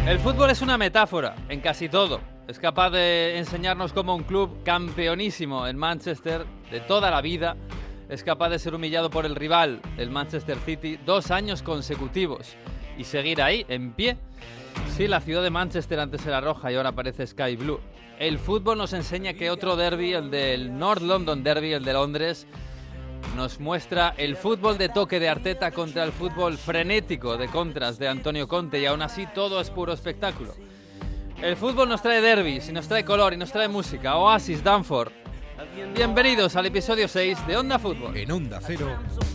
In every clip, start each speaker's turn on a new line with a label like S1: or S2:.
S1: El fútbol es una metáfora en casi todo. Es capaz de enseñarnos cómo un club campeonísimo en Manchester de toda la vida es capaz de ser humillado por el rival, el Manchester City, 2 años consecutivos y seguir ahí, en pie. Sí, la ciudad de Manchester antes era roja y ahora parece Sky Blue. El fútbol nos enseña que otro derbi, el del North London Derby, el de Londres, nos muestra el fútbol de toque de Arteta contra el fútbol frenético de contras de Antonio Conte, y aún así todo es puro espectáculo. El fútbol nos trae derbis y nos trae color y nos trae música. Oasis, Danforth. Bienvenidos al episodio 6 de Onda Fútbol.
S2: En Onda Cero.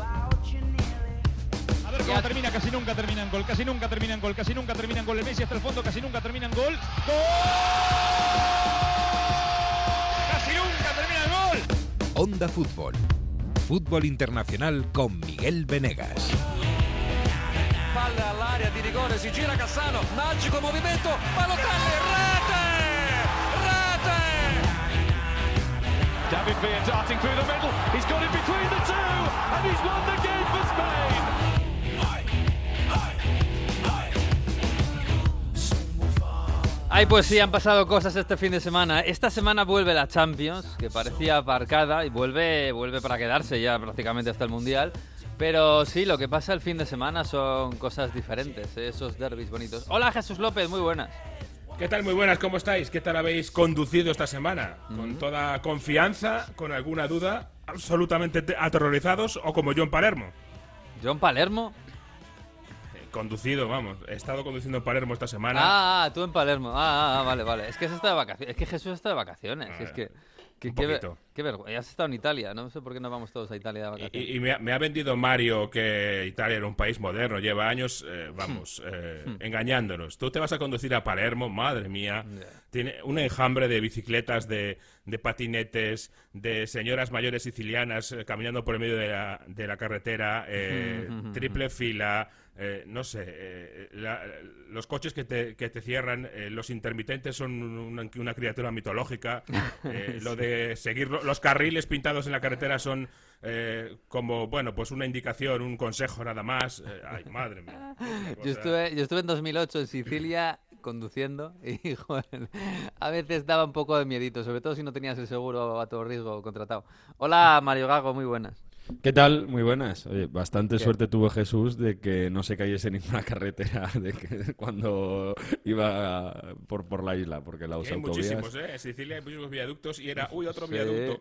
S3: A ver cómo termina, casi nunca terminan gol, casi nunca terminan gol, casi nunca terminan gol. El Messi hasta el fondo, casi nunca terminan gol. ¡Gol! ¡Casi nunca termina el gol!
S2: Onda Fútbol. Fútbol internacional con Miguel Venegas.
S4: Palla all'area di rigore, si gira Cassano, magico movimento, Balotelli, rete! Rete!
S3: David Villa darting through the middle, he's got it between the two, and he's won the game for Spain!
S1: Ay, pues sí, han pasado cosas este fin de semana. Esta semana vuelve la Champions, que parecía aparcada, y vuelve para quedarse ya prácticamente hasta el Mundial. Pero sí, lo que pasa el fin de semana son cosas diferentes, esos derbis bonitos. Hola, Jesús López, muy buenas.
S5: ¿Qué tal? Muy buenas, ¿cómo estáis? ¿Qué tal habéis conducido esta semana? ¿Con toda confianza? ¿Con alguna duda? ¿Absolutamente aterrorizados? ¿O como John Palermo?
S1: ¿John Palermo?
S5: Conducido, vamos. He estado conduciendo en Palermo esta semana.
S1: Ah, tú en Palermo. Vale. Es que está de vacaciones. Es que Jesús está de vacaciones. Es que
S5: un poquito.
S1: Qué vergüenza. Has estado en Italia. No sé por qué no vamos todos a Italia de vacaciones.
S5: Y me ha vendido Mario que Italia era un país moderno. Lleva años, engañándonos. Tú te vas a conducir a Palermo, madre mía. Tiene un enjambre de bicicletas, de patinetes, de señoras mayores sicilianas caminando por el medio de la carretera, triple fila. No sé, los coches que te cierran, los intermitentes son una criatura mitológica. Lo de seguir los carriles pintados en la carretera son como, bueno, pues una indicación, un consejo nada más. Ay, madre mía.
S1: Yo estuve en 2008 en Sicilia conduciendo y, joder, a veces daba un poco de miedito, sobre todo si no tenías el seguro a todo riesgo contratado. Hola, Mario Gago, muy buenas.
S6: ¿Qué tal? Muy buenas. Oye, bastante suerte tuvo Jesús de que no se cayese en ninguna carretera cuando iba por la isla, porque las
S5: hay
S6: autovías...
S5: muchísimos, ¿eh? En Sicilia hay muchísimos viaductos y era, otro viaducto.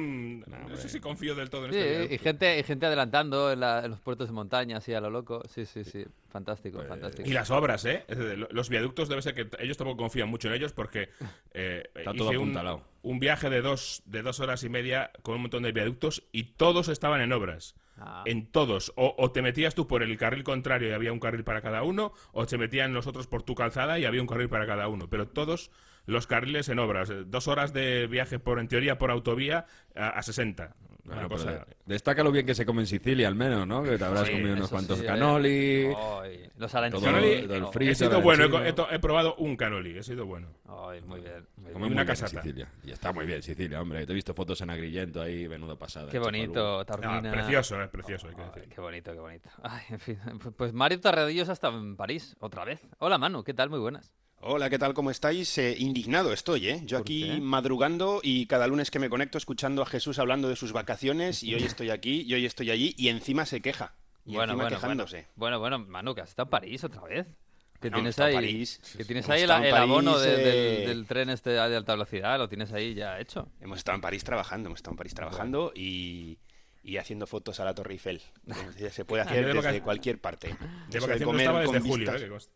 S5: No sé si confío del todo en este viaducto.
S1: Y gente adelantando en los puertos de montaña, así a lo loco. Sí. Fantástico, fantástico.
S5: Y las obras, ¿eh? Los viaductos debe ser que ellos tampoco confían mucho en ellos porque
S6: está todo apuntalado.
S5: Un viaje de dos horas y media con un montón de viaductos y todos estaban en obras. En todos. O te metías tú por el carril contrario y había un carril para cada uno, o te metían los otros por tu calzada y había un carril para cada uno. Pero todos los carriles en obras. 2 horas de viaje en teoría por autovía a 60.
S6: Bueno, cosa... Destaca lo bien que se come en Sicilia, al menos, ¿no? Que te habrás comido unos cuantos cannoli.
S1: Los arancini.
S5: Todo he sido bueno, he probado un cannoli, he sido bueno.
S1: Muy bien.
S6: Come una casata. Y está muy bien Sicilia, hombre. Te he visto fotos en Agrigento ahí, menudo pasada.
S1: Qué bonito, Taormina.
S5: Precioso, hay que decir.
S1: Qué bonito. Ay, en fin. Pues Mario Tarradillos hasta en París, otra vez. Hola, Manu, ¿qué tal? Muy buenas.
S7: Hola, ¿qué tal? ¿Cómo estáis? Indignado estoy, ¿eh? Yo aquí madrugando y cada lunes que me conecto escuchando a Jesús hablando de sus vacaciones y hoy estoy aquí y hoy estoy allí y encima se queja. Quejándose.
S1: Bueno, Manu, que has estado en París otra vez. Que
S7: no,
S1: tienes ahí,
S7: París.
S1: Que tienes ahí el abono del tren este de alta velocidad, lo tienes ahí ya hecho.
S7: Hemos estado en París trabajando y haciendo fotos a la Torre Eiffel. Se puede hacer desde cualquier parte.
S5: De vacaciones estaba desde julio,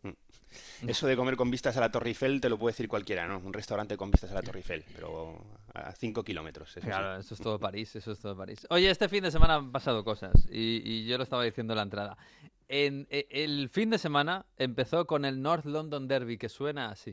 S7: Eso de comer con vistas a la Torre Eiffel te lo puede decir cualquiera, ¿no? Un restaurante con vistas a la Torre Eiffel, pero a 5 kilómetros.
S1: Claro, eso es todo París. Oye, este fin de semana han pasado cosas y yo lo estaba diciendo en la entrada. El fin de semana empezó con el North London Derby, que suena así.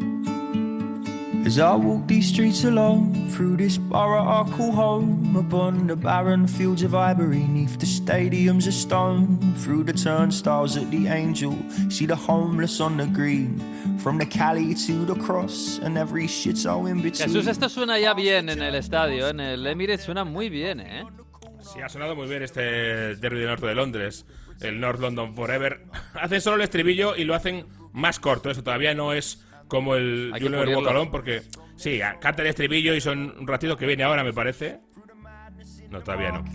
S8: As I walk these streets alone, through this borough I call home, upon the barren fields of Ivory, neath the stadiums of stone, through the turnstiles at the Angel, see the homeless on the green, from the Cali to the Cross, and every shithole in between.
S1: Jesús, esto suena ya bien en el estadio, en el Emirates suena muy bien, ¿eh?
S5: Sí, ha sonado muy bien este derbi del norte de Londres, el North London Forever. Hacen solo el estribillo y lo hacen más corto. Eso todavía no es como el Junior Bocalón, porque sí, canta el estribillo y son un ratito que viene ahora, me parece. No, todavía no.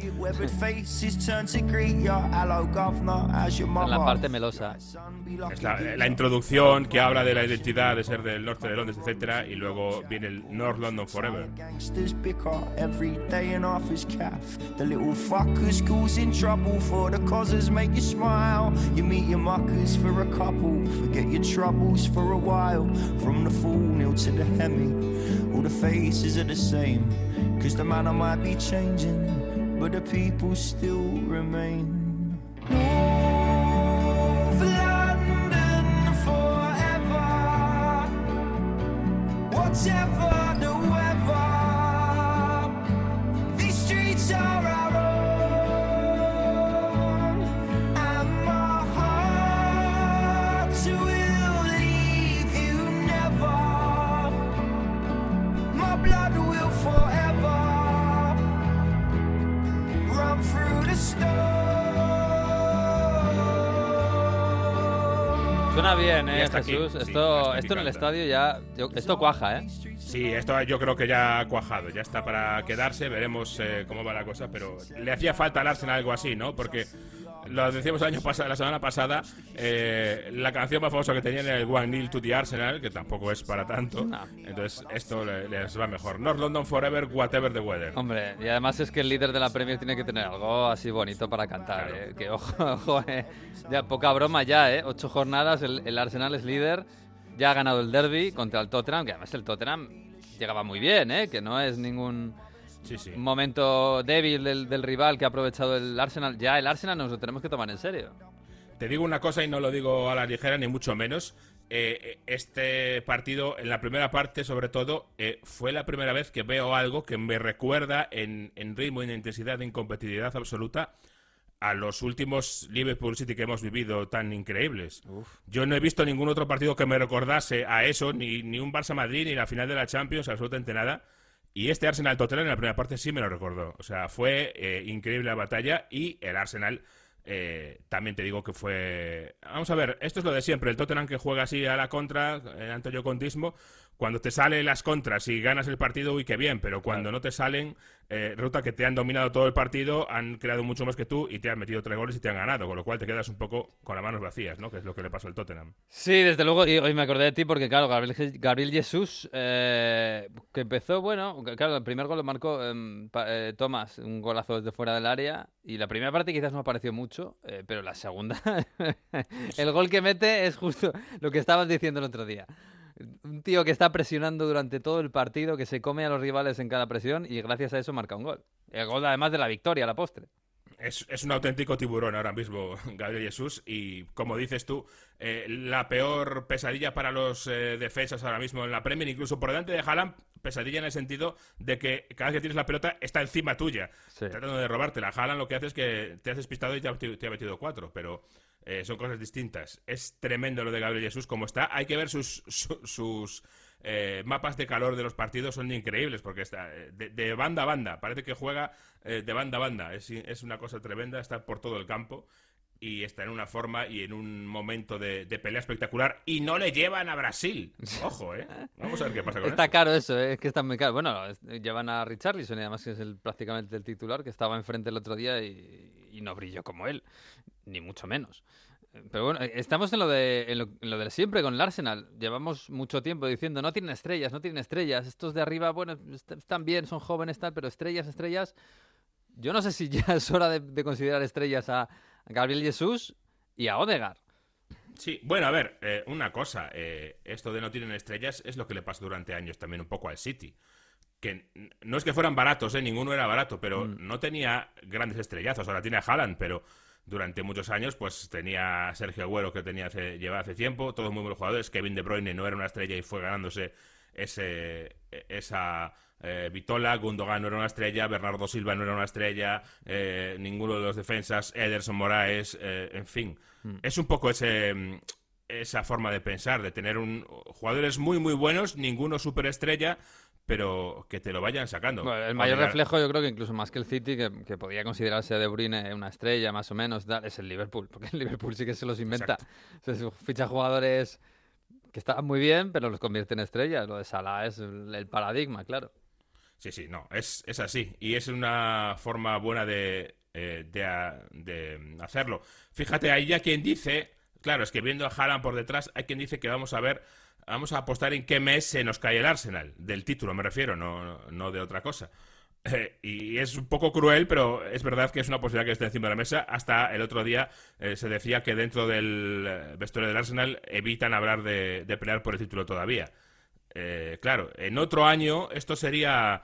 S1: En la parte melosa.
S5: Es la introducción que habla de la identidad de ser del norte de Londres, etcétera, y luego viene el North London Forever.
S8: But the people still remain. North London forever, whatever the weather. These streets are our own, and my heart will leave you never. My blood will forever.
S1: Suena bien, Jesús.
S5: Aquí.
S1: Esto en el estadio ya... Esto cuaja, ¿eh?
S5: Sí, esto yo creo que ya ha cuajado. Ya está para quedarse. Veremos cómo va la cosa. Pero le hacía falta al Arsenal algo así, ¿no? Porque lo decíamos la semana pasada, la canción más famosa que tenían era el 1-0 to the Arsenal, que tampoco es para tanto. No. Entonces esto les va mejor. North London Forever, whatever the weather.
S1: Hombre, y además es que el líder de la Premier tiene que tener algo así bonito para cantar. Claro. Que ojo, ya poca broma ya, 8 jornadas, el Arsenal es líder, ya ha ganado el derby contra el Tottenham, que además el Tottenham llegaba muy bien, que no es ningún... Sí. Momento débil del rival que ha aprovechado el Arsenal. Ya el Arsenal nos lo tenemos que tomar en serio.
S5: Te digo una cosa y no lo digo a la ligera ni mucho menos. Este partido, en la primera parte sobre todo, fue la primera vez que veo algo que me recuerda en ritmo, en intensidad, en competitividad absoluta a los últimos Liverpool City que hemos vivido tan increíbles. Uf. Yo no he visto ningún otro partido que me recordase a eso, ni un Barça-Madrid, ni la final de la Champions, absolutamente nada. Y este Arsenal-Tottenham en la primera parte sí me lo recordó. O sea, fue increíble la batalla y el Arsenal también te digo que fue... Vamos a ver, esto es lo de siempre. El Tottenham que juega así a la contra, en antoyocontismo, cuando te salen las contras y ganas el partido, uy, qué bien. Pero cuando no te salen, resulta que te han dominado todo el partido, han creado mucho más que tú y te han metido 3 goles y te han ganado. Con lo cual te quedas un poco con las manos vacías, ¿no? Que es lo que le pasó al Tottenham.
S1: Sí, desde luego. Y hoy me acordé de ti porque, claro, Gabriel Jesús, que empezó, bueno, claro, el primer gol lo marcó Thomas, un golazo desde fuera del área. Y la primera parte quizás no apareció mucho, pero la segunda, el gol que mete es justo lo que estabas diciendo el otro día. Un tío que está presionando durante todo el partido, que se come a los rivales en cada presión y gracias a eso marca un gol. El gol además de la victoria, la postre.
S5: Es un auténtico tiburón ahora mismo Gabriel Jesús y como dices tú, la peor pesadilla para los defensas ahora mismo en la Premier, incluso por delante de Haaland, pesadilla en el sentido de que cada vez que tienes la pelota está encima tuya, tratando de robártela. Haaland lo que hace es que te has despistado y te ha metido 4, pero... son cosas distintas. Es tremendo lo de Gabriel Jesús como está. Hay que ver sus mapas de calor de los partidos, son increíbles porque está de banda a banda. Parece que juega de banda a banda. Es una cosa tremenda, está por todo el campo y está en una forma y en un momento de pelea espectacular y no le llevan a Brasil. Ojo, vamos a ver qué pasa con
S1: está caro eso, es que está muy caro. Bueno, llevan a Richarlison y además que es prácticamente el titular que estaba enfrente el otro día y no brilló como él, ni mucho menos. Pero bueno, estamos en lo de siempre con el Arsenal. Llevamos mucho tiempo diciendo no tienen estrellas. Estos de arriba, bueno, están bien, son jóvenes, tal, pero estrellas. Yo no sé si ya es hora de considerar estrellas a Gabriel Jesús y a Odegaard.
S5: Sí, bueno, a ver, una cosa. Esto de no tienen estrellas es lo que le pasó durante años también un poco al City. Que no es que fueran baratos, ninguno era barato, pero no tenía grandes estrellazos. Ahora tiene a Haaland, pero durante muchos años pues tenía a Sergio Agüero que llevaba hace tiempo, todos muy buenos jugadores. Kevin De Bruyne no era una estrella y fue ganándose esa Vitola. Gundogan no era una estrella, Bernardo Silva no era una estrella, ninguno de los defensas, Ederson, Moraes, en fin. Es un poco esa forma de pensar, de tener jugadores muy muy buenos, ninguno superestrella, pero que te lo vayan sacando.
S1: Bueno, el mayor reflejo, yo creo que incluso más que el City, que podría considerarse a De Bruyne una estrella más o menos, es el Liverpool, porque el Liverpool sí que se los inventa. O sea, ficha jugadores que están muy bien, pero los convierte en estrellas. Lo de Salah es el paradigma, claro.
S5: Sí, no, es así. Y es una forma buena de hacerlo. Fíjate, hay ya quien dice, claro, es que viendo a Haaland por detrás, hay quien dice que vamos a apostar en qué mes se nos cae el Arsenal, del título me refiero, no de otra cosa. Y es un poco cruel, pero es verdad que es una posibilidad que esté encima de la mesa. Hasta el otro día se decía que dentro del vestuario del Arsenal evitan hablar de pelear por el título todavía. Claro, en otro año esto sería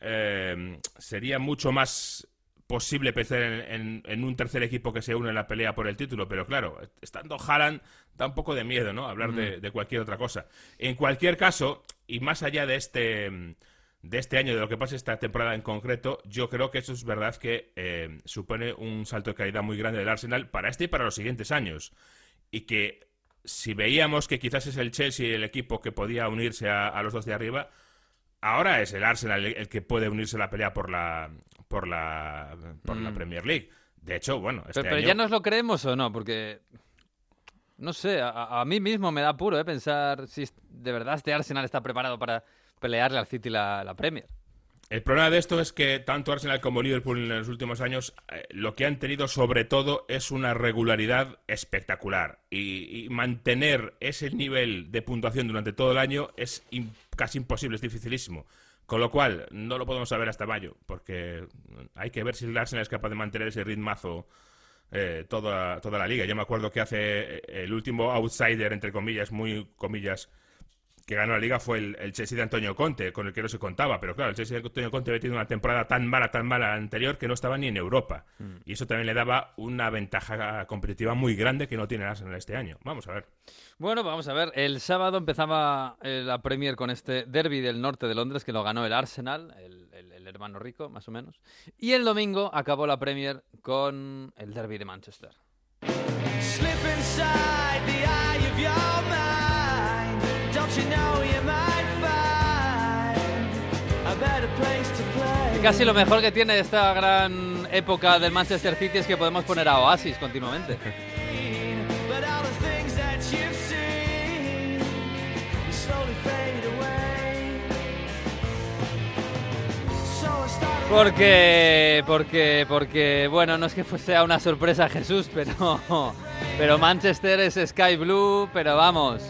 S5: mucho más posible pensar en un tercer equipo que se une en la pelea por el título, pero claro, estando Haaland da un poco de miedo, ¿no? Hablar de cualquier otra cosa. En cualquier caso, y más allá de este año, de lo que pasa esta temporada en concreto, yo creo que eso es verdad que supone un salto de calidad muy grande del Arsenal para este y para los siguientes años. Y que si veíamos que quizás es el Chelsea el equipo que podía unirse a los dos de arriba, ahora es el Arsenal el que puede unirse a la pelea por la Premier League. De hecho, bueno,
S1: pero
S5: año...
S1: ¿ya nos lo creemos o no? Porque, no sé, a mí mismo me da apuro pensar si de verdad este Arsenal está preparado para pelearle al City la Premier.
S5: El problema de esto es que tanto Arsenal como Liverpool en los últimos años lo que han tenido sobre todo es una regularidad espectacular. Y mantener ese nivel de puntuación durante todo el año es casi imposible, es dificilísimo. Con lo cual, no lo podemos saber hasta mayo, porque hay que ver si el Arsenal es capaz de mantener ese ritmazo toda la liga. Yo me acuerdo que hace el último outsider, entre comillas, muy comillas, que ganó la liga fue el Chelsea de Antonio Conte, con el que no se contaba. Pero claro, el Chelsea de Antonio Conte había tenido una temporada tan mala anterior que no estaba ni en Europa. Y eso también le daba una ventaja competitiva muy grande que no tiene el Arsenal este año. Vamos a ver.
S1: Bueno, vamos a ver. El sábado empezaba la Premier con este derbi del norte de Londres que lo ganó el Arsenal, el hermano rico, más o menos. Y el domingo acabó la Premier con el derbi de Manchester. Y casi lo mejor que tiene esta gran época del Manchester City es que podemos poner a Oasis continuamente. Porque, bueno, no es que sea una sorpresa Jesús, pero Manchester es Sky Blue, pero vamos,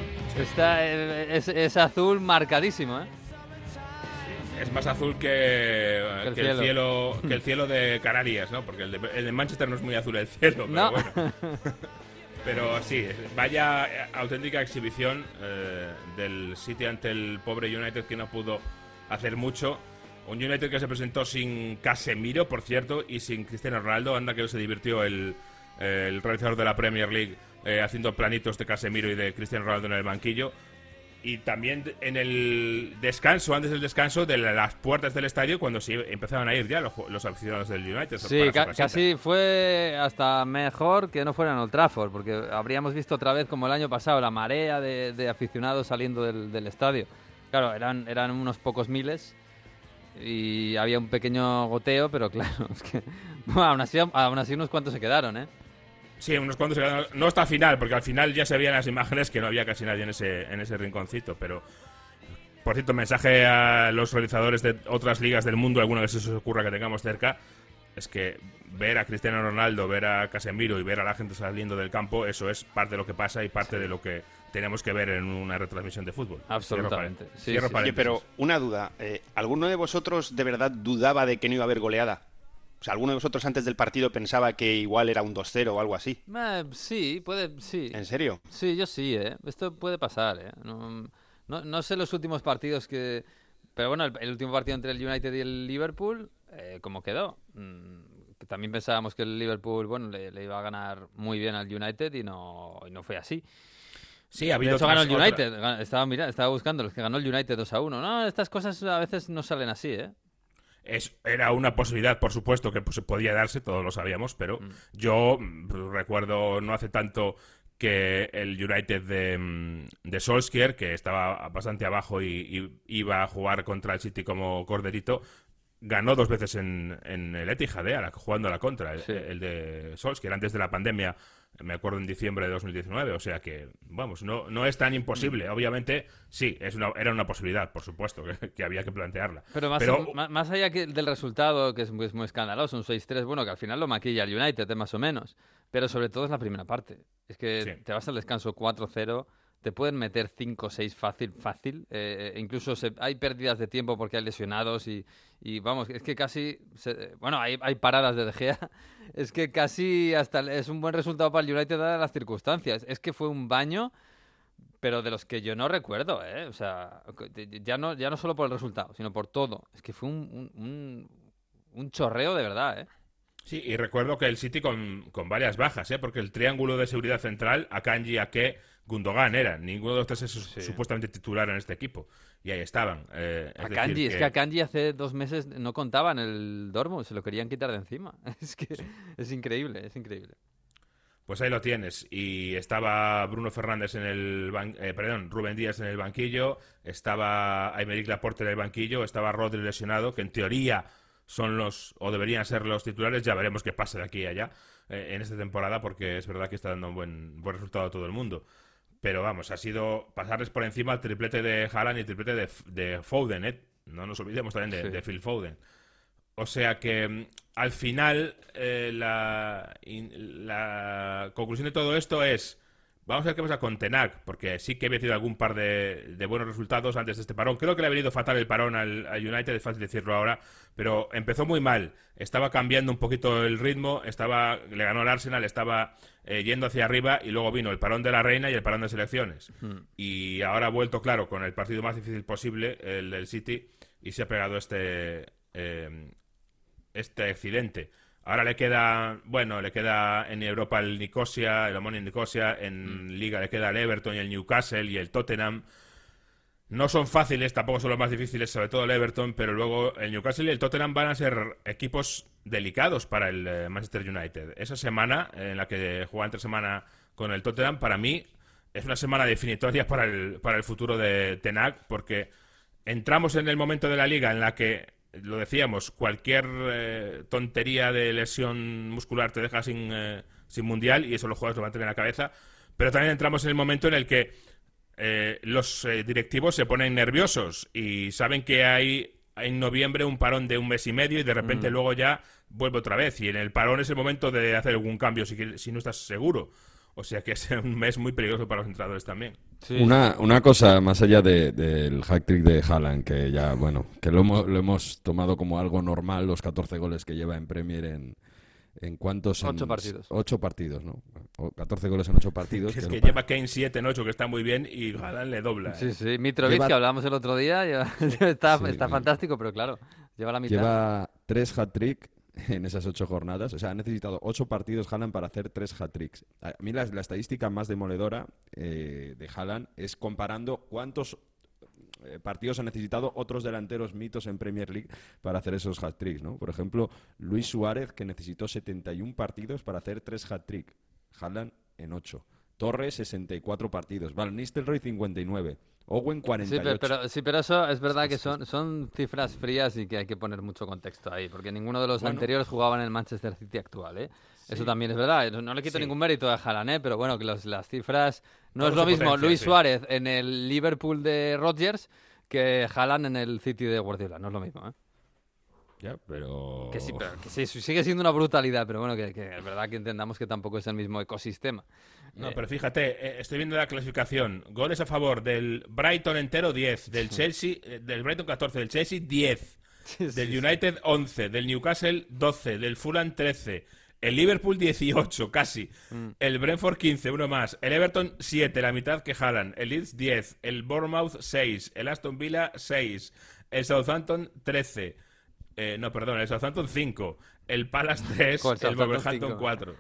S1: es azul marcadísimo, ¿eh?
S5: Es más azul que el cielo de Canarias, ¿no? Porque el de Manchester no es muy azul el cielo, pero no. Bueno. Pero sí, vaya auténtica exhibición del City ante el pobre United, que no pudo hacer mucho. Un United que se presentó sin Casemiro, por cierto, y sin Cristiano Ronaldo. Anda que se divirtió el realizador de la Premier League haciendo planitos de Casemiro y de Cristiano Ronaldo en el banquillo. Y también en el descanso, antes del descanso, de las puertas del estadio, cuando sí empezaban a ir ya los aficionados del United.
S1: Sí, casi fue hasta mejor que no fuera en Old Trafford, porque habríamos visto otra vez, como el año pasado, la marea de aficionados saliendo del estadio. Claro, eran unos pocos miles y había un pequeño goteo, pero claro, es que aún así unos cuantos se quedaron, ¿eh?
S5: Sí, unos cuantos se quedaron. No hasta final, porque al final ya se veían las imágenes que no había casi nadie en ese rinconcito, pero... Por cierto, mensaje a los realizadores de otras ligas del mundo, alguna vez se os ocurra que tengamos cerca, es que ver a Cristiano Ronaldo, ver a Casemiro y ver a la gente saliendo del campo, eso es parte de lo que pasa y parte de lo que tenemos que ver en una retransmisión de fútbol.
S1: Absolutamente. Sí.
S7: Oye, pero una duda. ¿Alguno de vosotros de verdad dudaba de que no iba a haber goleada? O sea, ¿alguno de vosotros antes del partido pensaba que igual era un 2-0 o algo así?
S1: Sí, sí.
S7: ¿En serio?
S1: Sí, yo sí, ¿eh? Esto puede pasar, ¿eh? No sé los últimos partidos que... Pero bueno, el último partido entre el United y el Liverpool, ¿cómo quedó? Que también pensábamos que el Liverpool, bueno, le iba a ganar muy bien al United y no fue así.
S5: Sí, ha habido.
S1: De hecho, ganó el United. Estaba buscando los que ganó el United 2-1. No, estas cosas a veces no salen así, ¿eh?
S5: Era una posibilidad, por supuesto, que pues, podía darse, todos lo sabíamos, pero yo recuerdo no hace tanto que el United de Solskjaer, que estaba bastante abajo y iba a jugar contra el City como corderito, ganó 2 veces en el Etihad, jugando a la contra,
S1: sí.
S5: el de Solskjaer, antes de la pandemia, me acuerdo en diciembre de 2019, o sea que, vamos, no es tan imposible. Obviamente, sí, era una posibilidad, por supuesto, que había que plantearla.
S1: Pero más allá del resultado, que es muy escandaloso, un 6-3, bueno, que al final lo maquilla el United, más o menos, pero sobre todo es la primera parte. Es que
S5: Sí.
S1: te vas al descanso 4-0, te pueden meter 5-6 fácil. Incluso hay pérdidas de tiempo porque hay lesionados y vamos, es que casi... hay paradas de De Gea. Es que casi hasta es un buen resultado para el United dadas las circunstancias. Es que fue un baño, pero de los que yo no recuerdo, ¿eh? O sea, ya no solo por el resultado, sino por todo. Es que fue un chorreo de verdad, ¿eh?
S5: Sí, y recuerdo que el City con varias bajas, porque el triángulo de seguridad central, Akanji, Ake, Gundogan eran. Ninguno de los 3 es supuestamente titular en este equipo. Y ahí estaban.
S1: Akanji, es que Akanji hace 2 meses no contaba en el Dortmund, se lo querían quitar de encima. Es que es increíble, es increíble.
S5: Pues ahí lo tienes. Y estaba Bruno Fernández Rubén Díaz en el banquillo, estaba Aymeric Laporte en el banquillo, estaba Rodri lesionado, que en teoría son o deberían ser los titulares. Ya veremos qué pasa de aquí a allá en esta temporada, porque es verdad que está dando un buen resultado a todo el mundo. Pero vamos, ha sido pasarles por encima el triplete de Haaland y el triplete de Foden, ¿eh? No nos olvidemos también de Phil Foden. O sea que al final la conclusión de todo esto es: vamos a ver qué pasa con Ten Hag, porque sí que había tenido algún par de buenos resultados antes de este parón. Creo que le ha venido fatal el parón al United, es fácil decirlo ahora, pero empezó muy mal. Estaba cambiando un poquito el ritmo, le ganó al Arsenal, estaba yendo hacia arriba, y luego vino el parón de la Reina y el parón de selecciones. Y ahora ha vuelto, claro, con el partido más difícil posible, el del City, y se ha pegado este accidente. Ahora le queda en Europa el Nicosia, el Omonia Nicosia, en Liga le queda el Everton y el Newcastle y el Tottenham. No son fáciles, tampoco son los más difíciles, sobre todo el Everton, pero luego el Newcastle y el Tottenham van a ser equipos delicados para el Manchester United. Esa semana, en la que juega entre semana con el Tottenham, para mí es una semana definitoria para el futuro de Ten Hag, porque entramos en el momento de la Liga en la que, lo decíamos, cualquier tontería de lesión muscular te deja sin mundial, y eso los jugadores lo van a tener en la cabeza. Pero también entramos en el momento en el que los directivos se ponen nerviosos y saben que hay en noviembre un parón de 1 mes y medio, y de repente luego ya vuelve otra vez, y en el parón es el momento de hacer algún cambio si no estás seguro. O sea que es un mes muy peligroso para los entrenadores también.
S6: Sí. Una cosa más allá del hat-trick de Haaland, que ya, bueno, que lo hemos tomado como algo normal, los 14 goles que lleva en Premier en ¿cuántos?
S1: 8 partidos.
S6: 8 partidos, ¿no? 14 goles en 8 partidos.
S5: Que lleva Kane 7 en 8, que está muy bien, y Haaland le dobla.
S1: Sí, sí. Mitrovic, que hablábamos el otro día, está fantástico, pero claro, lleva la mitad.
S6: Lleva 3 hat-trick en esas 8 jornadas. O sea, ha necesitado 8 partidos Haaland para hacer 3 hat-tricks. A mí la estadística más demoledora de Haaland es comparando cuántos partidos han necesitado otros delanteros mitos en Premier League para hacer esos hat-tricks, ¿no? Por ejemplo, Luis Suárez, que necesitó 71 partidos para hacer 3 hat-tricks. Haaland en 8. Torres, 64 partidos. Van Nistelrooy, 59. Owen, 48.
S1: Pero eso es verdad que son cifras frías y que hay que poner mucho contexto ahí, porque ninguno de los anteriores jugaba en el Manchester City actual, ¿eh? Sí. Eso también es verdad. No le quito ningún mérito a Haaland, ¿eh? Pero bueno, que las cifras... No es lo mismo Luis Suárez en el Liverpool de Rodgers que Haaland en el City de Guardiola. No es lo mismo, ¿eh?
S6: Ya, pero...
S1: Que sí, sigue siendo una brutalidad, pero bueno, que es verdad que entendamos que tampoco es el mismo ecosistema.
S5: No, pero fíjate, estoy viendo la clasificación. Goles a favor del Brighton entero, 10. Del Chelsea, del Brighton 14. Del Chelsea, 10. Del United, 11. Del Newcastle, 12. Del Fulham, 13. El Liverpool, 18, casi. El Brentford, 15, uno más. El Everton, 7, la mitad que Haaland. El Leeds, 10. El Bournemouth, 6. El Aston Villa, 6. El Southampton, 13. El Southampton 5, el Palace 3, el Wolverhampton 4.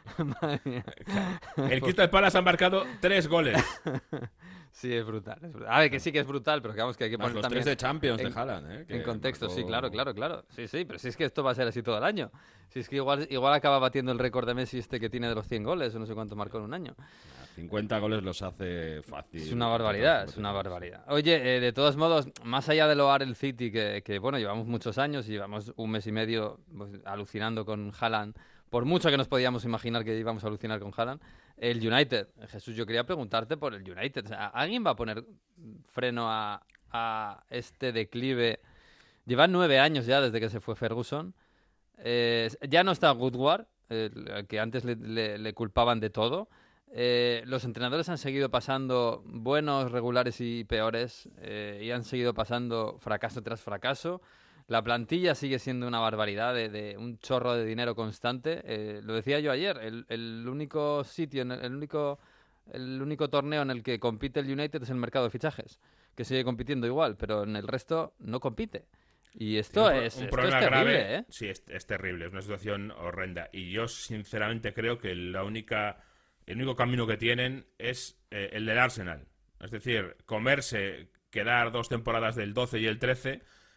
S5: El Crystal Palace ha marcado 3 goles.
S1: Sí, es brutal. A ver, que sí que es brutal, pero digamos que hay que poner
S6: los
S1: también
S6: 3 de Champions de Haaland,
S1: en contexto. Sí, claro. Sí, pero si es que esto va a ser así todo el año. Si es que igual acaba batiendo el récord de Messi que tiene de los 100 goles, o no sé cuánto marcó en un año.
S6: 50 goles los hace fácil.
S1: Es una barbaridad, es una barbaridad. Oye, de todos modos, más allá de loar el City, que bueno, llevamos muchos años, llevamos un mes y medio pues, alucinando con Haaland, por mucho que nos podíamos imaginar que íbamos a alucinar con Haaland, el United. Jesús, yo quería preguntarte por el United. O sea, ¿alguien va a poner freno a este declive? Llevan 9 años ya desde que se fue Ferguson. Ya no está Woodward, que antes le culpaban de todo. Los entrenadores han seguido pasando buenos, regulares y peores, y han seguido pasando fracaso tras fracaso. La plantilla sigue siendo una barbaridad de un chorro de dinero constante. Lo decía yo ayer, el único sitio, el único torneo en el que compite el United es el mercado de fichajes, que sigue compitiendo igual, pero en el resto no compite. Y esto es un problema terrible, grave, ¿eh?
S5: Sí, es terrible, es una situación horrenda. Y yo sinceramente creo que el único camino que tienen es el del Arsenal. Es decir, quedar 2 temporadas del 12 y el 13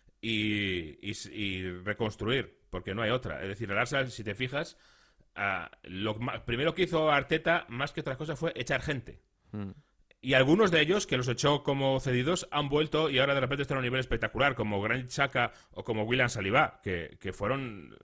S5: y reconstruir, porque no hay otra. Es decir, el Arsenal, si te fijas, lo primero que hizo Arteta, más que otra cosa, fue echar gente. Y algunos de ellos, que los echó como cedidos, han vuelto y ahora de repente están a un nivel espectacular, como Granit Xhaka o como William Saliba, que fueron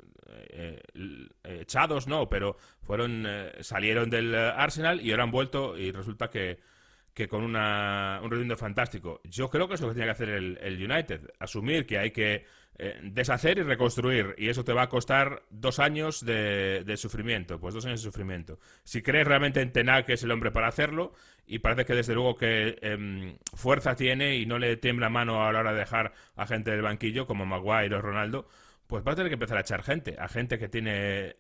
S5: echados, no, pero salieron del Arsenal y ahora han vuelto y resulta que con un rendimiento fantástico. Yo creo que es lo que tiene que hacer el United, asumir que hay que deshacer y reconstruir, y eso te va a costar 2 años de sufrimiento, pues 2 años de sufrimiento. Si crees realmente en Ten Hag, que es el hombre para hacerlo, y parece que desde luego que fuerza tiene y no le tiembla mano a la hora de dejar a gente del banquillo, como Maguire o Ronaldo, pues va a tener que empezar a echar a gente que tiene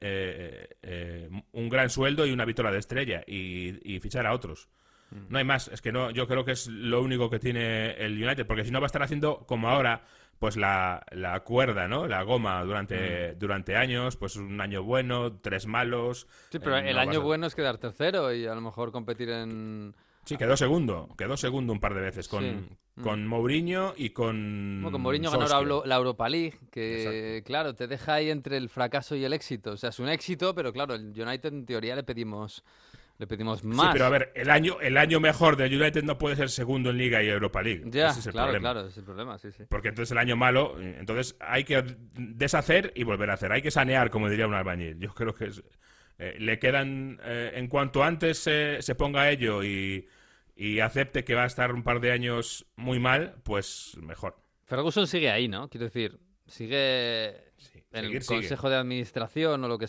S5: un gran sueldo y una vitola de estrella, y fichar a otros. No hay más, es que no, yo creo que es lo único que tiene el United, porque si no va a estar haciendo como ahora, pues la cuerda, ¿no? La goma durante años, pues un año bueno, 3 malos.
S1: Sí, pero el año bueno es quedar tercero y a lo mejor competir en...
S5: Sí, quedó segundo un par de veces con Mourinho y con...
S1: Bueno, con Mourinho ganó la Europa League, que exacto, claro, te deja ahí entre el fracaso y el éxito. O sea, es un éxito, pero claro, el United en teoría le pedimos más.
S5: Sí, pero a ver, el año mejor del United no puede ser segundo en Liga y Europa League.
S1: Ya,
S5: ese es el
S1: claro,
S5: problema.
S1: claro, ese es el problema, sí.
S5: Porque entonces el año malo, entonces hay que deshacer y volver a hacer. Hay que sanear, como diría un albañil. Yo creo que le quedan, en cuanto antes se ponga a ello y acepte que va a estar un par de años muy mal, pues mejor.
S1: Ferguson sigue ahí, ¿no? Quiero decir, sigue en el consejo de administración o lo que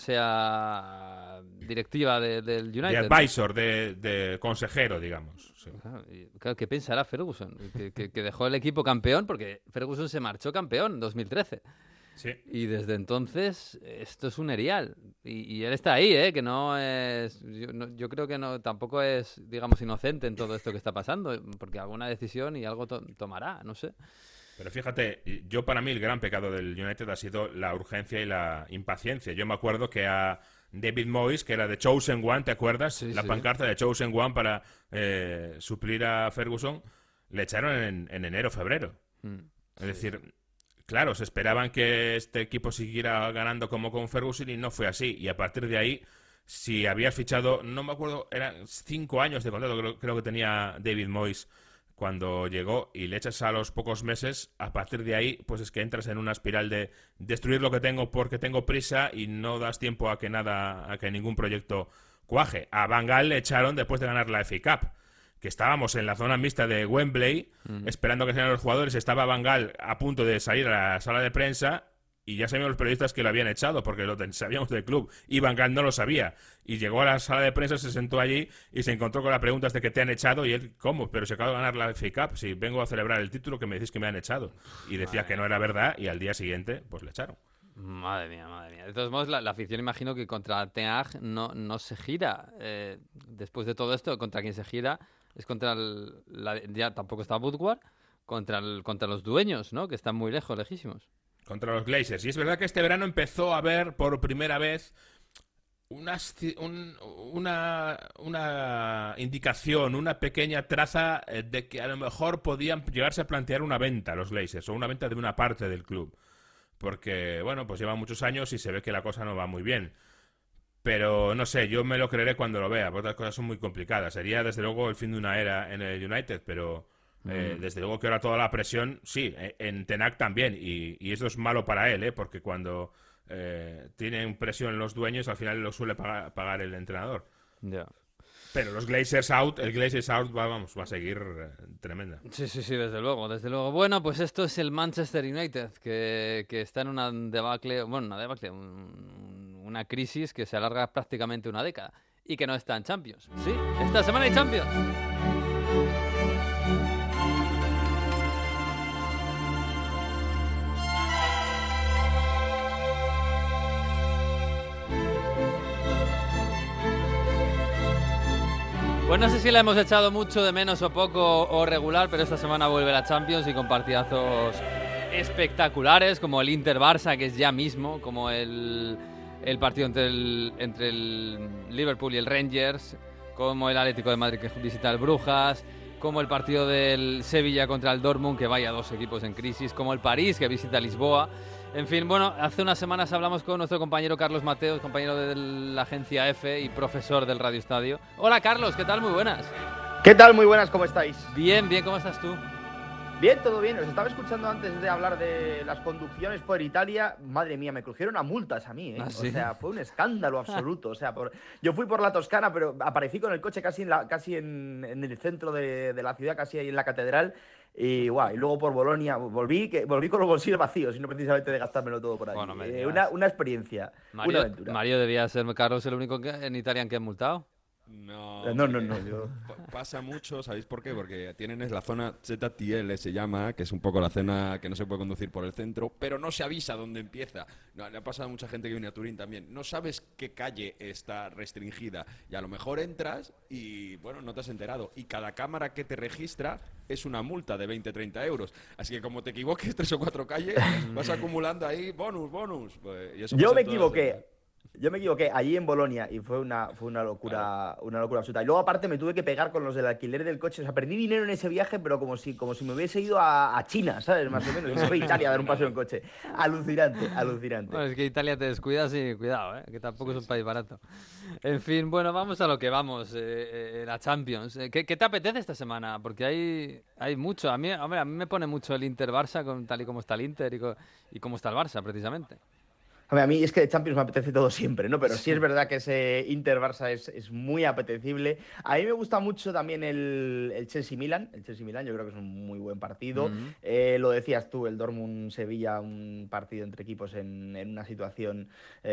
S1: sea, directiva del United.
S5: De advisor, de consejero, digamos. Sí.
S1: Claro, ¿qué pensará Ferguson? Que dejó el equipo campeón, porque Ferguson se marchó campeón en 2013.
S5: Sí.
S1: Y desde entonces esto es un erial. Y él está ahí, que no es... Yo creo que no tampoco es, digamos, inocente en todo esto que está pasando, porque alguna decisión y algo tomará, no sé.
S5: Pero fíjate, para mí el gran pecado del United ha sido la urgencia y la impaciencia. Yo me acuerdo que a David Moyes, que era de Chosen One, ¿te acuerdas?
S1: Sí,
S5: la pancarta de Chosen One para suplir a Ferguson, le echaron en enero, febrero. Es decir, claro, se esperaban que este equipo siguiera ganando como con Ferguson y no fue así. Y a partir de ahí, si habías fichado, no me acuerdo, eran 5 años de contrato, creo que tenía David Moyes cuando llegó, y le echas a los pocos meses, a partir de ahí, pues es que entras en una espiral de destruir lo que tengo porque tengo prisa y no das tiempo a que ningún proyecto cuaje. A Van Gaal le echaron después de ganar la FA Cup, que estábamos en la zona mixta de Wembley, esperando que salieran los jugadores, estaba Van Gaal a punto de salir a la sala de prensa, y ya sabíamos los periodistas que lo habían echado, porque lo sabíamos del club, y Van Gaal no lo sabía, y llegó a la sala de prensa, se sentó allí y se encontró con las preguntas de que te han echado, y él, ¿cómo? Pero se acaba de ganar la FA Cup, si vengo a celebrar el título que me decís que me han echado, y decía que no era verdad, y al día siguiente pues le echaron.
S1: Madre mía. De todos modos, la afición, imagino que contra Ten Hag no se gira. Después de todo esto, contra quien se gira es contra ya tampoco está Woodward, contra los dueños, ¿no? Que están muy lejísimos.
S5: Contra los Glazers. Y es verdad que este verano empezó a haber por primera vez una indicación, una pequeña traza de que a lo mejor podían llegarse a plantear una venta los Glazers, o una venta de una parte del club. Porque, bueno, pues llevan muchos años y se ve que la cosa no va muy bien. Pero no sé, yo me lo creeré cuando lo vea, porque otras cosas son muy complicadas. Sería desde luego el fin de una era en el United, pero desde luego que ahora toda la presión, sí, en Ten Hag también, y eso es malo para él, porque cuando tienen presión los dueños, al final lo suele pagar el entrenador.
S1: Ya.
S5: Pero el Glazers out va a seguir tremenda.
S1: Sí, desde luego, desde luego. Bueno, pues esto es el Manchester United, que está en una debacle, una crisis que se alarga prácticamente una década y que no está en Champions. Sí, esta semana hay Champions. Pues no sé si la hemos echado mucho de menos o poco o regular, pero esta semana vuelve la Champions y con partidazos espectaculares, como el Inter-Barça, que es ya mismo, como el partido entre el Liverpool y el Rangers, como el Atlético de Madrid que visita el Brujas, como el partido del Sevilla contra el Dortmund, que vaya dos equipos en crisis, como el París que visita Lisboa. En fin, bueno, hace unas semanas hablamos con nuestro compañero Carlos Mateos, compañero de la agencia EFE y profesor del Radio Estadio. Hola Carlos, ¿qué tal? Muy buenas.
S9: ¿Qué tal? Muy buenas, ¿cómo estáis?
S1: Bien, ¿cómo estás tú?
S9: Bien, todo bien. Os estaba escuchando antes de hablar de las conducciones por Italia. Madre mía, me crujieron a multas a mí, ¿eh?
S1: ¿Ah, sí?
S9: O sea, fue un escándalo absoluto. O sea, yo fui por la Toscana, pero aparecí con el coche casi en el centro de la ciudad, casi ahí en la catedral. Y luego por Bolonia volví con los bolsillos vacíos y no precisamente de gastármelo todo por ahí.
S1: Bueno,
S9: una experiencia, una aventura.
S1: Mario debía ser, Carlos, el único en Italia que han multado.
S6: No, pasa mucho, ¿sabéis por qué? Porque tienen la zona ZTL, se llama, que es un poco la zona que no se puede conducir por el centro, pero no se avisa dónde empieza. No, le ha pasado a mucha gente que viene a Turín también. No sabes qué calle está restringida y a lo mejor entras y, bueno, no te has enterado. Y cada cámara que te registra es una multa de 20-30 euros. Así que como te equivoques 3 o 4 calles, vas acumulando ahí bonus. Pues, y eso
S9: Yo me equivoqué allí en Bolonia y fue una locura, una locura absoluta. Y luego aparte me tuve que pegar con los del alquiler del coche. O sea, perdí dinero en ese viaje, pero como si me hubiese ido a China, ¿sabes? Más o menos. Me fui a Italia a dar un paseo en coche. Alucinante.
S1: Bueno, es que Italia te descuidas y cuidado, que tampoco es un país barato. En fin, bueno, vamos a lo que vamos. La Champions. ¿Qué te apetece esta semana? Porque hay mucho. A mí me pone mucho el Inter-Barça, tal y como está el Inter y cómo está el Barça, precisamente.
S9: A mí es que de Champions me apetece todo siempre, ¿no? Pero sí es verdad que ese Inter-Barça es muy apetecible. A mí me gusta mucho también el Chelsea-Milan. El Chelsea-Milan yo creo que es un muy buen partido. Lo decías tú, el Dortmund-Sevilla, un partido entre equipos en una situación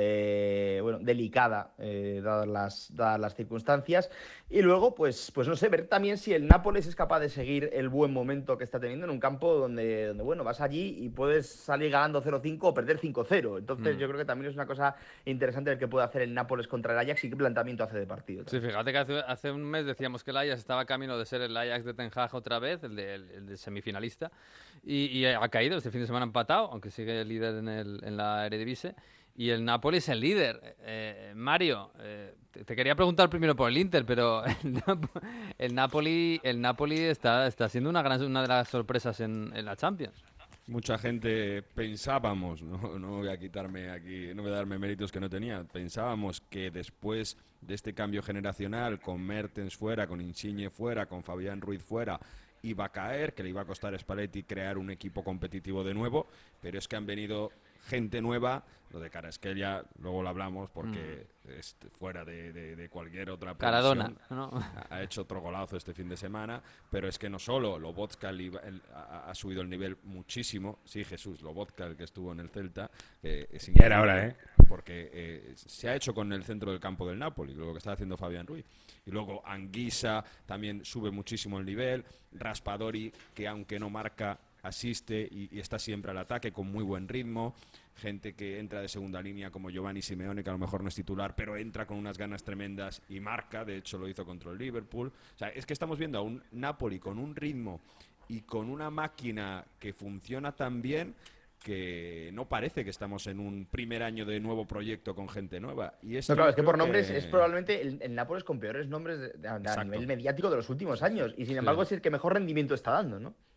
S9: delicada, dadas las circunstancias. Y luego, pues no sé, ver también si el Nápoles es capaz de seguir el buen momento que está teniendo en un campo donde bueno, vas allí y puedes salir ganando 0-5 o perder 5-0. Entonces yo creo que también es una cosa interesante el que puede hacer el Nápoles contra el Ajax y qué planteamiento hace de partido.
S1: Sí, fíjate que hace un mes decíamos que el Ajax estaba camino de ser el Ajax de Ten Hag otra vez, el de semifinalista, y ha caído, este fin de semana empatado, aunque sigue líder en la Eredivisie. Y el Napoli es el líder. Mario, te quería preguntar primero por el Inter, pero el Napoli está siendo una de las sorpresas en la Champions.
S6: Mucha gente pensábamos, no voy a quitarme aquí, no voy a darme méritos que no tenía, pensábamos que después de este cambio generacional, con Mertens fuera, con Insigne fuera, con Fabián Ruiz fuera, iba a caer, que le iba a costar a Spalletti crear un equipo competitivo de nuevo, pero es que han venido gente nueva. Lo de Kvaratskhelia luego lo hablamos porque es fuera de cualquier otra previsión.
S1: Maradona, ¿no?
S6: Ha hecho otro golazo este fin de semana, pero es que no solo Lobotka ha subido el nivel muchísimo. Sí, Jesús, Lobotka, el que estuvo en el Celta, es
S5: ya era hora,
S6: porque se ha hecho con el centro del campo del Napoli, lo que está haciendo Fabián Ruiz. Y luego Anguissa también sube muchísimo el nivel. Raspadori, que aunque no marca, asiste y está siempre al ataque con muy buen ritmo. Gente que entra de segunda línea como Giovanni Simeone, que a lo mejor no es titular, pero entra con unas ganas tremendas y marca. De hecho lo hizo contra el Liverpool. O sea, es que estamos viendo a un Napoli con un ritmo y con una máquina que funciona tan bien que no parece que estamos en un primer año de nuevo proyecto con gente nueva. Y esto
S9: claro, es que por nombres es probablemente el Nápoles con peores nombres a nivel mediático de los últimos años. Y sin embargo es el que mejor rendimiento está dando, ¿no?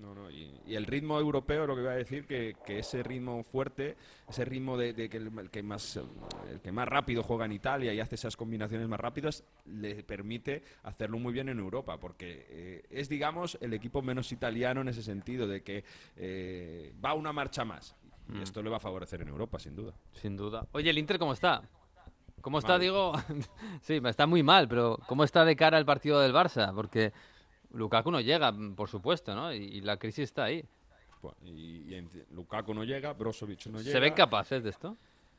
S6: No, y el ritmo europeo, lo que iba a decir, que ese ritmo fuerte, ese ritmo de que el que más rápido juega en Italia y hace esas combinaciones más rápidas, le permite hacerlo muy bien en Europa, porque es, digamos, el equipo menos italiano en ese sentido, de que va una marcha más. Y esto le va a favorecer en Europa, sin duda.
S1: Sin duda. Oye, ¿el Inter cómo está? ¿Cómo está,
S6: mal.
S1: digo? Sí, está muy mal, pero ¿cómo está de cara al partido del Barça? Porque Lukaku no llega, por supuesto, ¿no? Y la crisis está ahí.
S6: Lukaku no llega, Brozovic no llega.
S1: ¿Se ven capaces de esto?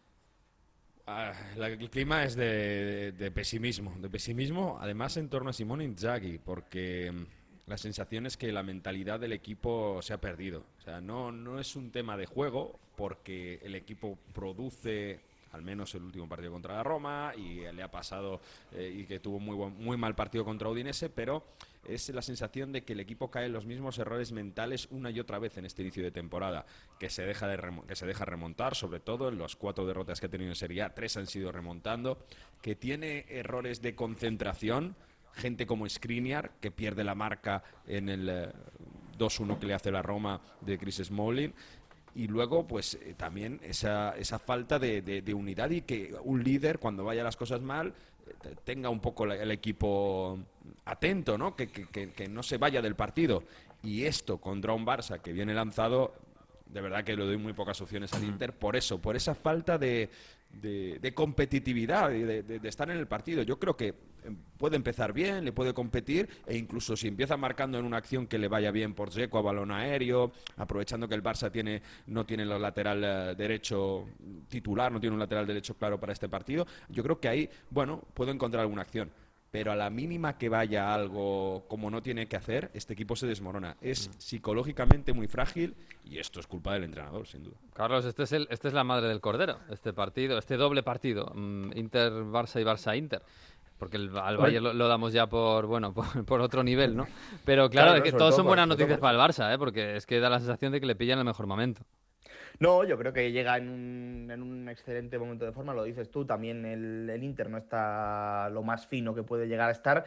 S6: El clima es de pesimismo, además en torno a Simone Inzaghi, porque la sensación es que la mentalidad del equipo se ha perdido. O sea, no es un tema de juego, porque el equipo produce, al menos el último partido contra la Roma, y le ha pasado y que tuvo muy mal partido contra Udinese, pero es la sensación de que el equipo cae en los mismos errores mentales una y otra vez en este inicio de temporada, que se deja remontar, sobre todo en las 4 derrotas que ha tenido en Serie A, 3 han sido remontando, que tiene errores de concentración, gente como Skriniar, que pierde la marca en el 2-1 que le hace la Roma de Chris Smalling. Y luego, pues también esa falta de unidad, y que un líder, cuando vaya las cosas mal, tenga un poco el equipo atento, ¿no? Que no se vaya del partido. Y esto contra un Barça que viene lanzado, de verdad que le doy muy pocas opciones al Inter, por esa falta de competitividad, de estar en el partido. Yo creo que puede empezar bien, le puede competir, e incluso si empieza marcando en una acción que le vaya bien por Dzeko a balón aéreo, aprovechando que el Barça no tiene el lateral derecho titular, no tiene un lateral derecho claro para este partido, yo creo que ahí, puedo encontrar alguna acción. Pero a la mínima que vaya algo como no tiene que hacer, este equipo se desmorona. Es psicológicamente muy frágil, y esto es culpa del entrenador, sin duda.
S1: Carlos, esta es la madre del cordero, este partido, este doble partido, Inter-Barça y Barça-Inter. Porque al Bayern lo damos ya por otro nivel, ¿no? Pero claro, es que todos son buenas noticias para el Barça, porque es que da la sensación de que le pillan el mejor momento.
S9: No, yo creo que llega en un excelente momento de forma, lo dices tú, también el Inter no está lo más fino que puede llegar a estar,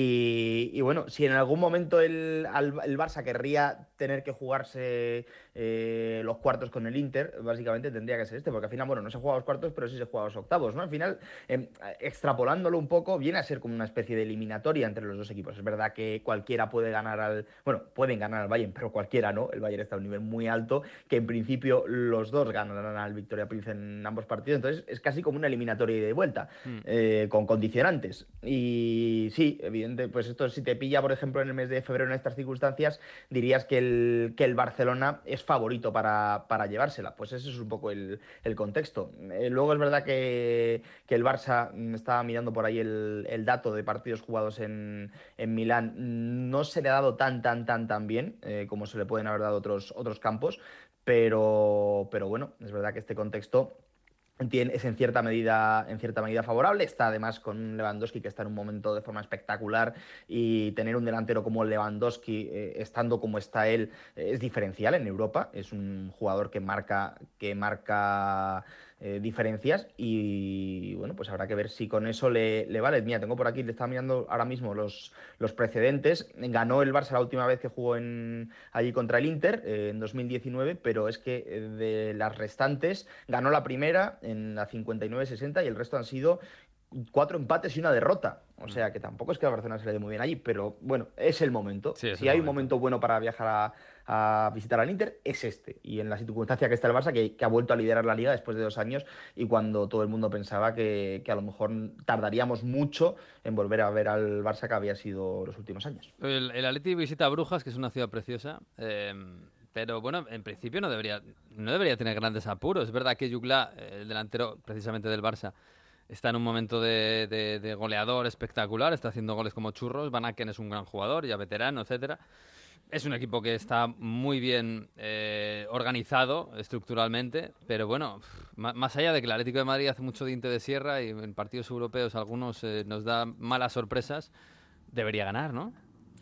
S9: y bueno, si en algún momento el Barça querría tener que jugarse los cuartos con el Inter, básicamente tendría que ser este, porque al final, no se juega a los cuartos, pero sí se juega a los octavos, ¿no? Al final, extrapolándolo un poco, viene a ser como una especie de eliminatoria entre los dos equipos. Es verdad que cualquiera puede ganar pueden ganar al Bayern, pero cualquiera no, el Bayern está a un nivel muy alto, que en principio los dos ganarán al Victoria Pilsen en ambos partidos, entonces es casi como una eliminatoria ida y vuelta, con condicionantes. Y sí, evidente, pues esto, si te pilla, por ejemplo, en el mes de febrero en estas circunstancias, dirías que el Barcelona es favorito para llevársela. Pues ese es un poco el contexto. Luego es verdad que el Barça, estaba mirando por ahí el dato de partidos jugados en Milán, no se le ha dado tan bien como se le pueden haber dado otros campos, pero bueno, es verdad que este contexto es en cierta medida favorable. Está además con Lewandowski, que está en un momento de forma espectacular, y tener un delantero como Lewandowski, estando como está él, es diferencial en Europa. Es un jugador que marca diferencias, y bueno, pues habrá que ver si con eso le vale. Mira, tengo por aquí, le estaba mirando ahora mismo los precedentes. Ganó el Barça la última vez que jugó allí contra el Inter, en 2019, pero es que de las restantes ganó la primera en la 59-60 y el resto han sido 4 empates y una derrota. O sea que tampoco es que a Barcelona se le dé muy bien allí, pero bueno, es el momento.
S1: Sí,
S9: si hay un momento bueno para viajar a visitar al Inter, es este. Y en la circunstancia que está el Barça, que ha vuelto a liderar la Liga después de 2 años, y cuando todo el mundo pensaba que a lo mejor tardaríamos mucho en volver a ver al Barça que había sido los últimos años.
S1: El Atleti visita a Brujas, que es una ciudad preciosa, pero bueno, en principio no debería tener grandes apuros. Es verdad que Jugla, el delantero precisamente del Barça, está en un momento de goleador espectacular, está haciendo goles como churros. Van Aken es un gran jugador, ya veterano, etcétera. Es un equipo que está muy bien organizado estructuralmente, pero bueno, más allá de que el Atlético de Madrid hace mucho diente de sierra y en partidos europeos algunos nos da malas sorpresas, debería ganar, ¿no?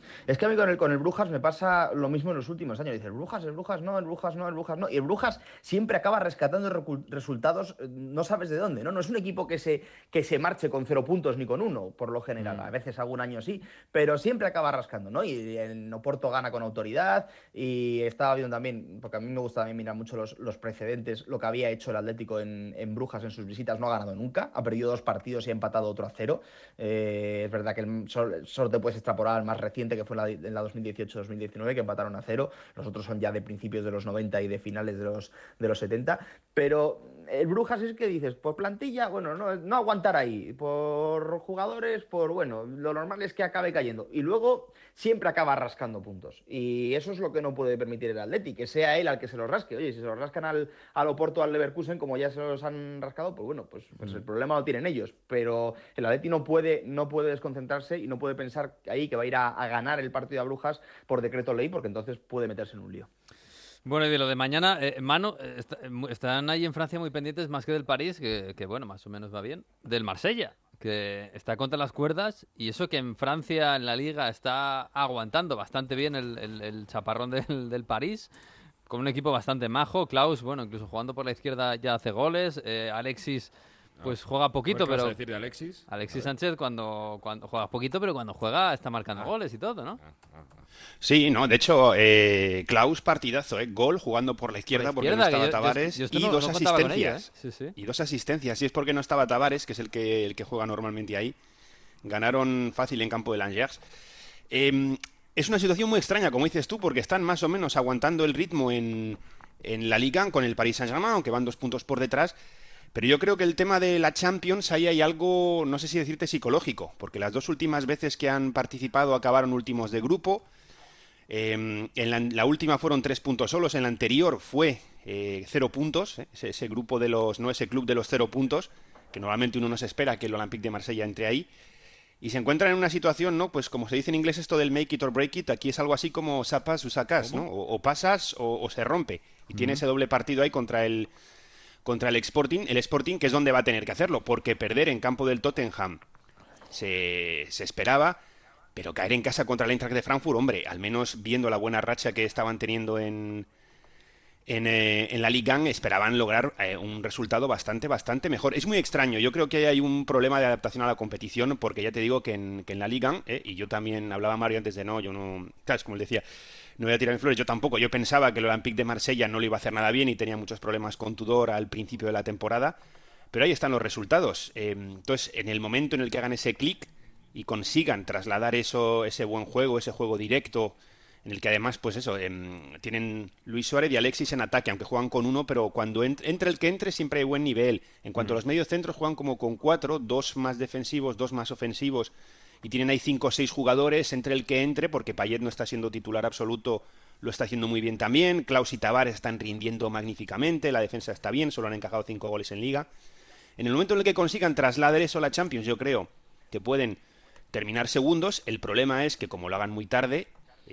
S9: Es que a mí con el Brujas me pasa lo mismo en los últimos años. Dices, el Brujas no. Y el Brujas siempre acaba rescatando resultados, no sabes de dónde, ¿no? No es un equipo que se marche con 0 puntos ni con 1, por lo general. A veces algún año sí, pero siempre acaba rascando, ¿no? Y en Oporto gana con autoridad, y estaba viendo también, porque a mí me gusta también mirar mucho los precedentes, lo que había hecho el Atlético en Brujas en sus visitas. No ha ganado nunca, ha perdido 2 partidos y ha empatado otro a 0. Es verdad que solo te puedes extrapolar al más reciente, que fue en la 2018-2019, que empataron a 0. Los otros son ya de principios de los 90 y de finales de los 70. Pero el Brujas es que dices, por plantilla, bueno, no aguantar ahí. Por jugadores, lo normal es que acabe cayendo. Y luego siempre acaba rascando puntos. Y eso es lo que no puede permitir el Atleti, que sea él al que se los rasque. Oye, si se los rascan al Oporto, al Leverkusen, como ya se los han rascado, pues el problema lo tienen ellos. Pero el Atleti no puede desconcentrarse y no puede pensar ahí que va a ir a ganar el partido a Brujas por decreto ley, porque entonces puede meterse en un lío.
S1: Bueno, y de lo de mañana, Manu, están ahí en Francia muy pendientes más que del París, que bueno, más o menos va bien, del Marsella, que está contra las cuerdas, y eso que en Francia, en la Liga, está aguantando bastante bien el chaparrón del París, con un equipo bastante majo. Klaus, bueno, incluso jugando por la izquierda ya hace goles. Alexis, pues juega poquito,
S6: ¿Qué vas
S1: pero...
S6: a decir de Alexis?
S1: Alexis Sánchez cuando juega poquito, pero cuando juega está marcando goles y todo, ¿no?
S7: Sí, no, de hecho, Klaus partidazo, gol jugando por la izquierda porque no estaba Tavares, y 2 asistencias.
S1: Sí.
S7: Y 2 asistencias, y es porque no estaba Tavares, que es el que juega normalmente ahí. Ganaron fácil en campo de Langers. Es una situación muy extraña, como dices tú, porque están más o menos aguantando el ritmo en la Liga con el Paris Saint-Germain, aunque van 2 puntos por detrás. Pero yo creo que el tema de la Champions, ahí hay algo, no sé si decirte psicológico, porque las 2 últimas veces que han participado acabaron últimos de grupo. En la última fueron 3 puntos solos, en la anterior fue 0 puntos, ese grupo de los, no ese club de los 0 puntos, que normalmente uno no se espera que el Olympique de Marsella entre ahí. Y se encuentran en una situación, ¿no? Pues como se dice en inglés esto del make it or break it, aquí es algo así como sapas o sacas, ¿no? O pasas o se rompe. Y tiene ese doble partido ahí contra el Sporting, que es donde va a tener que hacerlo, porque perder en campo del Tottenham se esperaba, pero caer en casa contra el Eintracht de Frankfurt, hombre, al menos viendo la buena racha que estaban teniendo en la Ligue 1, esperaban lograr un resultado bastante mejor. Es muy extraño, yo creo que hay un problema de adaptación a la competición, porque ya te digo que en la Ligue 1, y yo también hablaba Mario antes de yo no, claro, es como él decía, no voy a tirar en flores, yo tampoco, yo pensaba que el Olympique de Marsella no lo iba a hacer nada bien y tenía muchos problemas con Tudor al principio de la temporada, pero ahí están los resultados. Entonces, en el momento en el que hagan ese clic y consigan trasladar ese buen juego, ese juego directo, en el que además, pues eso, tienen Luis Suárez y Alexis en ataque, aunque juegan con 1, pero cuando entre el que entre siempre hay buen nivel. En cuanto a los medios centros, juegan como con 4, 2 más defensivos, 2 más ofensivos, y tienen ahí 5 o 6 jugadores entre el que entre, porque Payet no está siendo titular absoluto, lo está haciendo muy bien también. Klaus y Tavares están rindiendo magníficamente, la defensa está bien, solo han encajado 5 goles en Liga. En el momento en el que consigan trasladar eso a la Champions, yo creo que pueden terminar segundos. El problema es que como lo hagan muy tarde,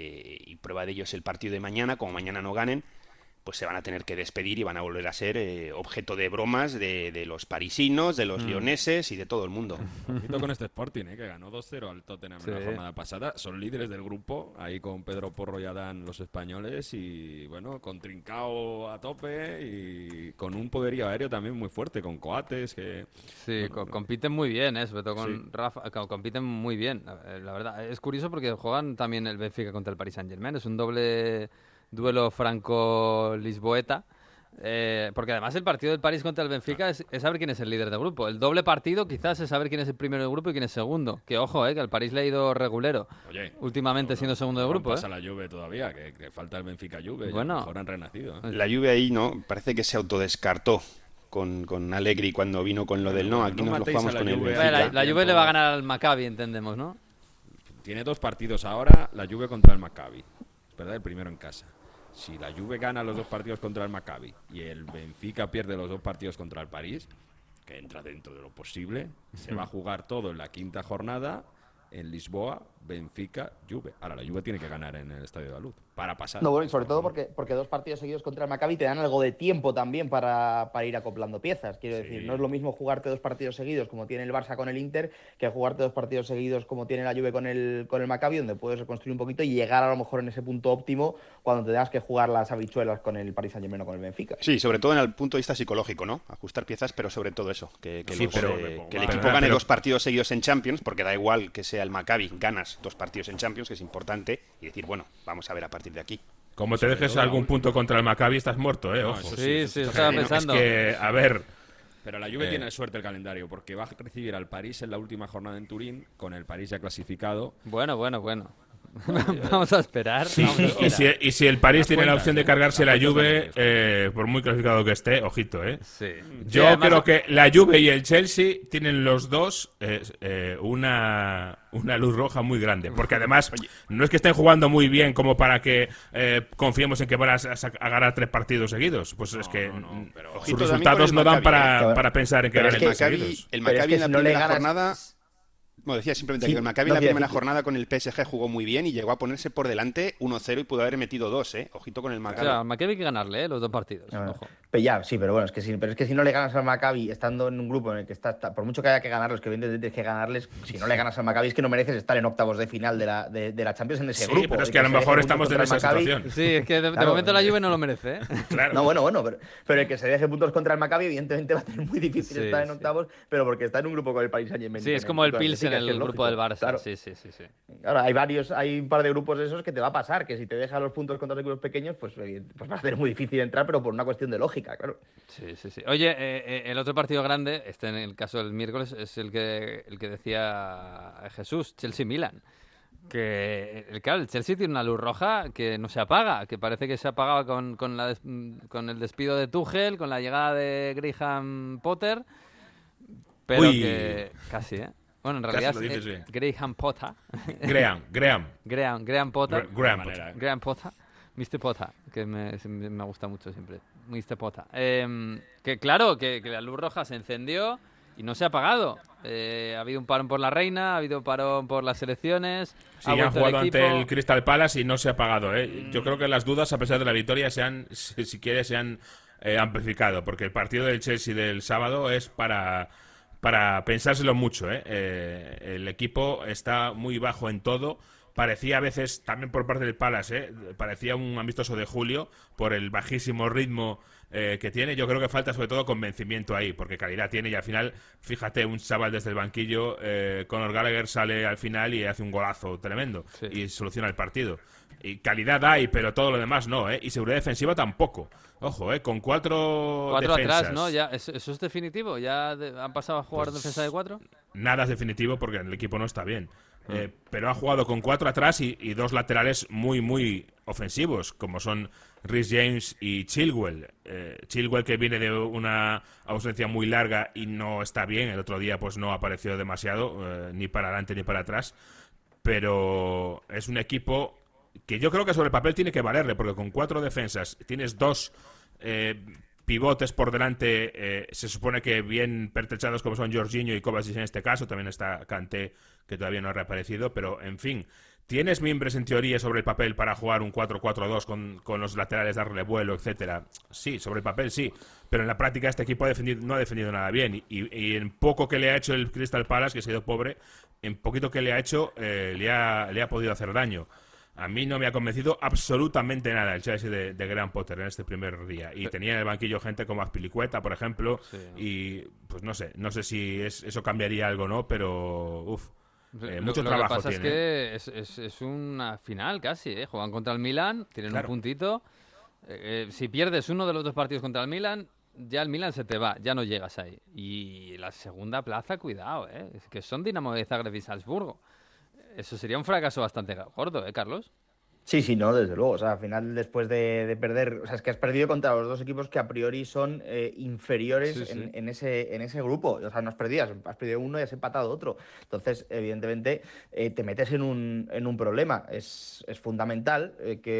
S7: y prueba de ello es el partido de mañana, como mañana no ganen, pues se van a tener que despedir y van a volver a ser objeto de bromas de los parisinos, de los leoneses y de todo el mundo.
S6: Ojito con este Sporting, que ganó 2-0 al Tottenham en la jornada pasada. Son líderes del grupo, ahí con Pedro Porro y Adán los españoles, y bueno, con Trincao a tope y con un poderío aéreo también muy fuerte, con Coates. Que
S1: sí, bueno, compiten muy bien, sobre todo con Rafa, compiten muy bien. La verdad, es curioso porque juegan también el Benfica contra el Paris Saint-Germain, es un doble duelo franco-lisboeta, porque además el partido del París contra el Benfica es saber quién es el líder del grupo. El doble partido quizás es saber quién es el primero del grupo y quién es segundo. Que ojo, que al París le ha ido regulero.
S6: Oye,
S1: últimamente siendo segundo del grupo.
S6: Pasa la Juve todavía, que falta el Benfica-Juve. Bueno, mejor han renacido.
S7: La Juve ahí, ¿no? Parece que se autodescartó con Allegri cuando vino con lo del aquí nos lo jugamos con el Benfica.
S1: La Juve le va a ganar al Maccabi, entendemos, ¿no?
S6: Tiene 2 partidos ahora, la Juve contra el Maccabi, ¿verdad? El primero en casa. Si la Juve gana los 2 partidos contra el Maccabi y el Benfica pierde los 2 partidos contra el París, que entra dentro de lo posible, se va a jugar todo en la 5ª jornada en Lisboa, Benfica, Juve. Ahora la Juve tiene que ganar en el Estadio de la Luz. para pasar.
S9: No, bueno, y sobre todo porque 2 partidos seguidos contra el Maccabi te dan algo de tiempo también para ir acoplando piezas. Quiero decir, no es lo mismo jugarte 2 partidos seguidos como tiene el Barça con el Inter que jugarte 2 partidos seguidos como tiene la Juve con el Maccabi, donde puedes reconstruir un poquito y llegar a lo mejor en ese punto óptimo cuando te tengas que jugar las habichuelas con el Paris Saint-Germain o con el Benfica.
S7: Sí, sobre todo en el punto de vista psicológico, ¿no? Ajustar piezas, pero sobre todo eso, que el equipo gane 2 partidos seguidos en Champions, porque da igual que sea el Maccabi, ganas 2 partidos en Champions, que es importante, y decir, bueno, vamos a ver a partir de aquí.
S5: Como te dejes algún punto contra el Maccabi, estás muerto, ojo.
S1: Sí, estaba pensando.
S5: Es que, a ver...
S6: Pero la Juve tiene suerte el calendario, porque va a recibir al París en la última jornada en Turín, con el París ya clasificado.
S1: Bueno. Vamos a esperar.
S5: Sí, y si el París tiene la opción de cargarse la Juve, por muy clasificado que esté, ojito,
S1: Sí.
S5: Yo creo que la Juve y el Chelsea tienen los dos una luz roja muy grande. Porque además, no es que estén jugando muy bien como para que confiemos en que van a ganar 3 partidos seguidos. Pues es que sus resultados no dan para pensar en que ganen 3 seguidos.
S7: El Maccabi en la primera jornada... Bueno, decía simplemente que el Maccabi en la primera jornada con el PSG jugó muy bien y llegó a ponerse por delante 1-0 y pudo haber metido 2, Ojito con el Maccabi.
S1: O sea, al Maccabi hay que ganarle, los 2 partidos. Ojo.
S9: Pero bueno, es que si no le ganas al Maccabi estando en un grupo en el que está por mucho que haya que ganarlos, que evidentemente tienes que ganarles, si no le ganas al Maccabi es que no mereces estar en octavos de final de la Champions en ese grupo.
S5: Sí, pero es que a lo mejor estamos en esa situación.
S1: Sí, es que de momento la Juve no lo merece,
S5: Claro.
S9: No, bueno, pero el que se deje puntos contra el Maccabi evidentemente va a tener muy difícil estar en octavos, pero porque está en un grupo con el Paris Saint-Germain.
S1: Sí, es como el Pilsen en el grupo del Barça.
S9: Claro.
S1: Sí.
S9: Ahora, hay un par de grupos de esos que te va a pasar, que si te dejas los puntos contra los equipos pequeños, pues va a ser muy difícil entrar, pero por una cuestión de lógica, claro.
S1: Sí. Oye, el otro partido grande, en el caso del miércoles, es el que decía Jesús, Chelsea-Milan. Que el Chelsea tiene una luz roja que no se apaga, que parece que se apagaba con el despido de Tuchel, con la llegada de Graham Potter, pero que casi, Bueno, en realidad es Graham Potter. Graham Potter. Graham Potter. Mr. Potter, que me gusta mucho siempre. Mr. Potter. Que claro, que la luz roja se encendió y no se ha apagado. Ha habido un parón por la Reina, ha habido parón por las selecciones.
S5: Sí, han jugado ante el Crystal Palace y no se ha apagado. Yo creo que las dudas, a pesar de la victoria, se han amplificado, porque el partido del Chelsea del sábado es para pensárselo mucho. El equipo está muy bajo en todo. Parecía a veces, también por parte del Palace, parecía un amistoso de julio por el bajísimo ritmo que tiene. Yo creo que falta sobre todo convencimiento ahí, porque calidad tiene y al final, fíjate, un chaval desde el banquillo, Conor Gallagher sale al final y hace un golazo tremendo y soluciona el partido. Y calidad hay, pero todo lo demás no, y seguridad defensiva tampoco. Ojo, con 4 defensas.
S1: Atrás, ¿no? Ya, ¿eso es definitivo? ¿Ya han pasado a jugar defensa de 4?
S5: Nada es definitivo porque el equipo no está bien. Pero ha jugado con 4 atrás y 2 laterales muy, muy ofensivos, como son Reece James y Chilwell. Chilwell, que viene de una ausencia muy larga y no está bien. El otro día pues no apareció demasiado, ni para adelante ni para atrás. Pero es un equipo que yo creo que sobre el papel tiene que valerle, porque con 4 defensas tienes 2 pivotes por delante, se supone que bien pertrechados como son Jorginho y Kovacic en este caso, también está Kanté, que todavía no ha reaparecido, pero en fin, tienes miembros en teoría sobre el papel para jugar un 4-4-2 con los laterales, darle vuelo, etcétera. Sí, sobre el papel sí, pero en la práctica este equipo no ha defendido nada bien, y en poco que le ha hecho el Crystal Palace, que se ha ido pobre, en poquito que le ha hecho le ha podido hacer daño. A mí no me ha convencido absolutamente nada el Chelsea de Graham Potter en este primer día. Y tenía en el banquillo gente como Azpilicueta, por ejemplo, y pues no sé si eso cambiaría algo o no, pero mucho trabajo tiene.
S1: Lo que pasa es que es una final casi, Juegan contra el Milan, tienen un puntito. Si pierdes uno de los 2 partidos contra el Milan, ya el Milan se te va, ya no llegas ahí. Y la segunda plaza, cuidado, es que son Dinamo de Zagreb y Salzburgo. Eso sería un fracaso bastante gordo, Carlos.
S9: Sí, no, desde luego. O sea, al final, después de perder... O sea, es que has perdido contra los 2 equipos que a priori son inferiores en ese grupo. O sea, no has perdido uno y has empatado otro. Entonces, evidentemente, te metes en un problema. Es fundamental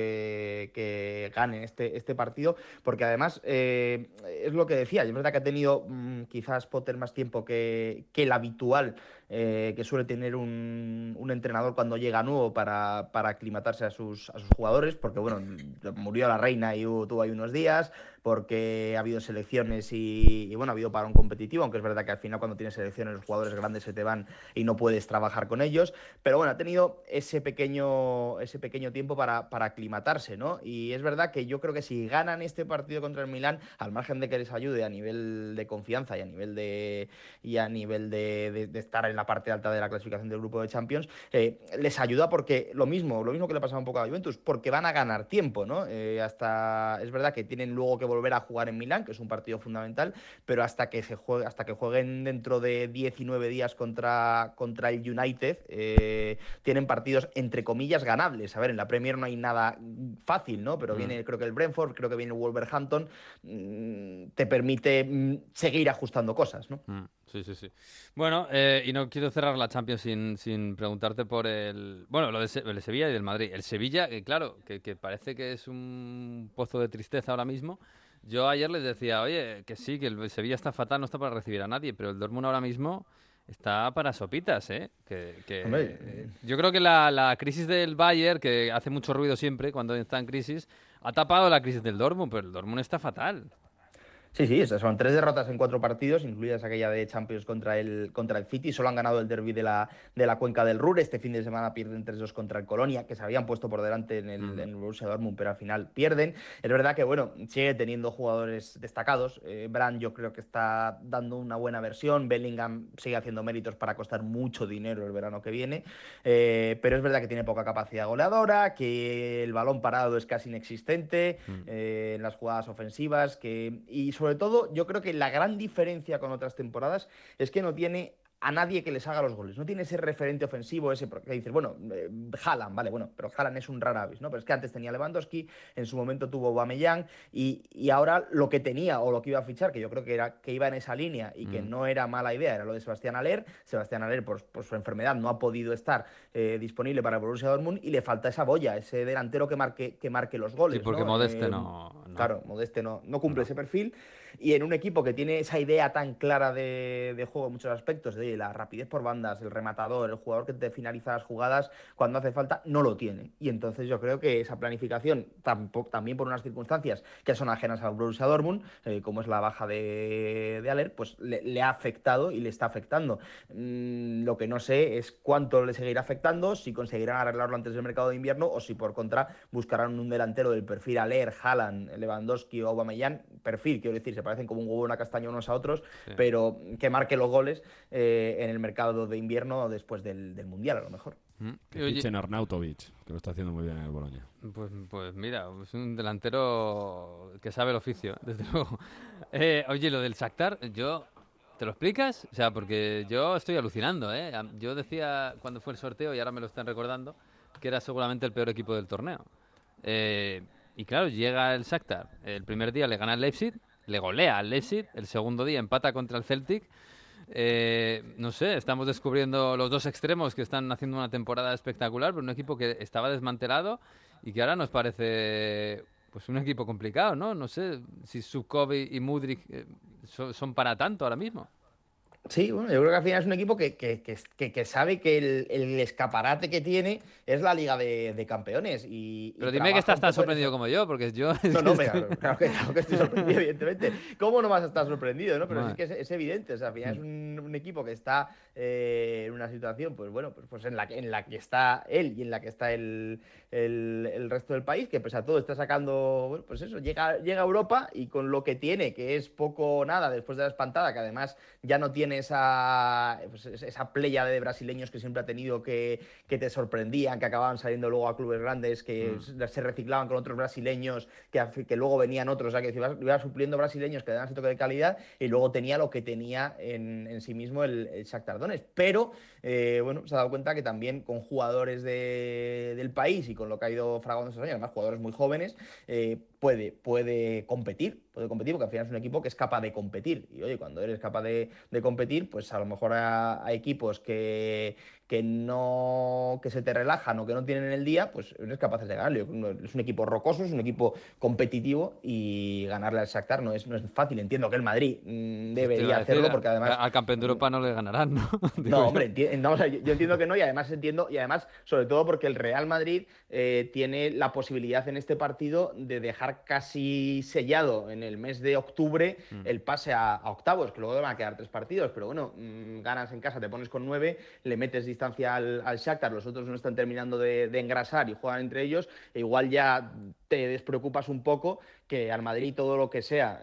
S9: que ganen este partido, porque además, es lo que decía, es verdad que ha tenido quizás Potter más tiempo que el habitual que suele tener un entrenador cuando llega nuevo para aclimatarse a sus sus jugadores, porque bueno, murió la reina y tuvo ahí unos días, porque ha habido selecciones y bueno, ha habido parón competitivo, aunque es verdad que al final cuando tienes selecciones los jugadores grandes se te van y no puedes trabajar con ellos, pero bueno, ha tenido ese pequeño tiempo para aclimatarse, ¿no? Y es verdad que yo creo que si ganan este partido contra el Milán, al margen de que les ayude a nivel de confianza y a nivel de estar en la parte alta de la clasificación del grupo de Champions, les ayuda porque lo mismo que le pasaba un poco a la Juventus, porque van a ganar tiempo, ¿no? Es verdad que tienen luego que volver a jugar en Milán, que es un partido fundamental, pero hasta que jueguen dentro de 19 días contra el United, tienen partidos entre comillas ganables. A ver, en la Premier no hay nada fácil, ¿no? Pero viene, creo que el Brentford, creo que viene el Wolverhampton, te permite seguir ajustando cosas, ¿no?
S1: Sí. Bueno, y no quiero cerrar la Champions sin preguntarte por el Sevilla y del Madrid. El Sevilla, claro, que parece que es un pozo de tristeza ahora mismo. Yo ayer les decía, oye, que sí, que el Sevilla está fatal, no está para recibir a nadie, pero el Dortmund ahora mismo está para sopitas, ¿eh? Yo creo que la crisis del Bayern, que hace mucho ruido siempre cuando está en crisis, ha tapado la crisis del Dortmund, pero el Dortmund está fatal.
S9: Sí, son 3 derrotas en 4 partidos, incluidas aquella de Champions contra el City. Solo han ganado el derbi de la Cuenca del Ruhr. Este fin de semana pierden 3-2 contra el Colonia, que se habían puesto por delante en el Borussia Dortmund, pero al final pierden. Es verdad que, bueno, sigue teniendo jugadores destacados. Brandt yo creo que está dando una buena versión. Bellingham sigue haciendo méritos para costar mucho dinero el verano que viene. Pero es verdad que tiene poca capacidad goleadora, que el balón parado es casi inexistente en las jugadas ofensivas, y sobre todo, yo creo que la gran diferencia con otras temporadas es que no tiene a nadie que les haga los goles. No tiene ese referente ofensivo, porque dices, bueno, Haaland, vale, bueno, pero Haaland es un rara avis, ¿no? Pero es que antes tenía Lewandowski, en su momento tuvo Aubameyang, y ahora lo que tenía o lo que iba a fichar, que yo creo que iba en esa línea y que no era mala idea, era lo de Sebastián Haller. Sebastián Haller, por su enfermedad, no ha podido estar disponible para el Borussia Dortmund y le falta esa boya, ese delantero que marque los goles.
S1: Sí, porque
S9: ¿no?
S1: Modeste no.
S9: Claro, Modeste no cumple ese perfil. Y en un equipo que tiene esa idea tan clara de juego en muchos aspectos, de la rapidez por bandas, el rematador, el jugador que te finaliza las jugadas cuando hace falta, no lo tiene. Y entonces yo creo que esa planificación, también por unas circunstancias que son ajenas al Borussia Dortmund, como es la baja de Haller, pues le ha afectado y le está afectando. Lo que no sé es cuánto le seguirá afectando, si conseguirán arreglarlo antes del mercado de invierno o si por contra buscarán un delantero del perfil Haller, Haaland, Lewandowski o Aubameyang, perfil, quiero decir, se parecen como un huevo y una castaña unos a otros, pero que marque los goles en el mercado de invierno después del Mundial, a lo mejor.
S6: Que fichen a Arnautovic, que lo está haciendo muy bien en el Bologna.
S1: Pues mira, es un delantero que sabe el oficio, desde luego. Oye, lo del Shakhtar, ¿te lo explicas? O sea, porque yo estoy alucinando, ¿eh? Yo decía cuando fue el sorteo, y ahora me lo están recordando, que era seguramente el peor equipo del torneo. Y claro, llega el Shakhtar, el primer día le gana al Leipzig, le golea al Leipzig, el segundo día empata contra el Celtic. No sé, estamos descubriendo los dos extremos que están haciendo una temporada espectacular, pero un equipo que estaba desmantelado y que ahora nos parece pues un equipo complicado, ¿no? No sé si Zubkov y Mudryk son para tanto ahora mismo.
S9: Sí, bueno, yo creo que al final es un equipo que sabe que el escaparate que tiene es la Liga de Campeones.
S1: Pero dime que estás tan sorprendido como yo, porque yo...
S9: No, claro que estoy sorprendido, evidentemente. ¿Cómo no vas a estar sorprendido, no? Pero es que es evidente, o sea, al final es un equipo que está en una situación, pues bueno, pues en la que está él y en la que está el resto del país, que pese a todo está sacando, bueno, pues eso, llega a Europa y con lo que tiene, que es poco o nada después de la espantada, que además ya no tiene esa playa de brasileños que siempre ha tenido, que te sorprendían, que acababan saliendo luego a clubes grandes, que se reciclaban con otros brasileños, que luego venían otros, o sea, que iba supliendo brasileños que le daban ese toque de calidad, y luego tenía lo que tenía en sí mismo el Shakhtar Donetsk. Pero, bueno, se ha dado cuenta que también con jugadores del país y con lo que ha ido fraguando estos años, además jugadores muy jóvenes, puede competir, porque al final es un equipo que es capaz de competir. Y oye, cuando eres capaz de competir, pues a lo mejor a equipos que que se te relajan o que no tienen el día, pues eres capaz de ganarle. Es un equipo rocoso, es un equipo competitivo y ganarle al Shakhtar no es fácil. Entiendo que el Madrid debería hacerlo porque además...
S1: Al campeón de Europa no le ganarán, ¿no?
S9: No, hombre, o sea, yo entiendo que no y además sobre todo porque el Real Madrid tiene la posibilidad en este partido de dejar casi sellado en el mes de octubre el pase a octavos, que luego van a quedar 3 partidos, pero bueno, ganas en casa, te pones con 9, le metes distancia al Shakhtar, los otros no están terminando de engrasar y juegan entre ellos, e igual ya te despreocupas un poco que al Madrid todo lo que sea,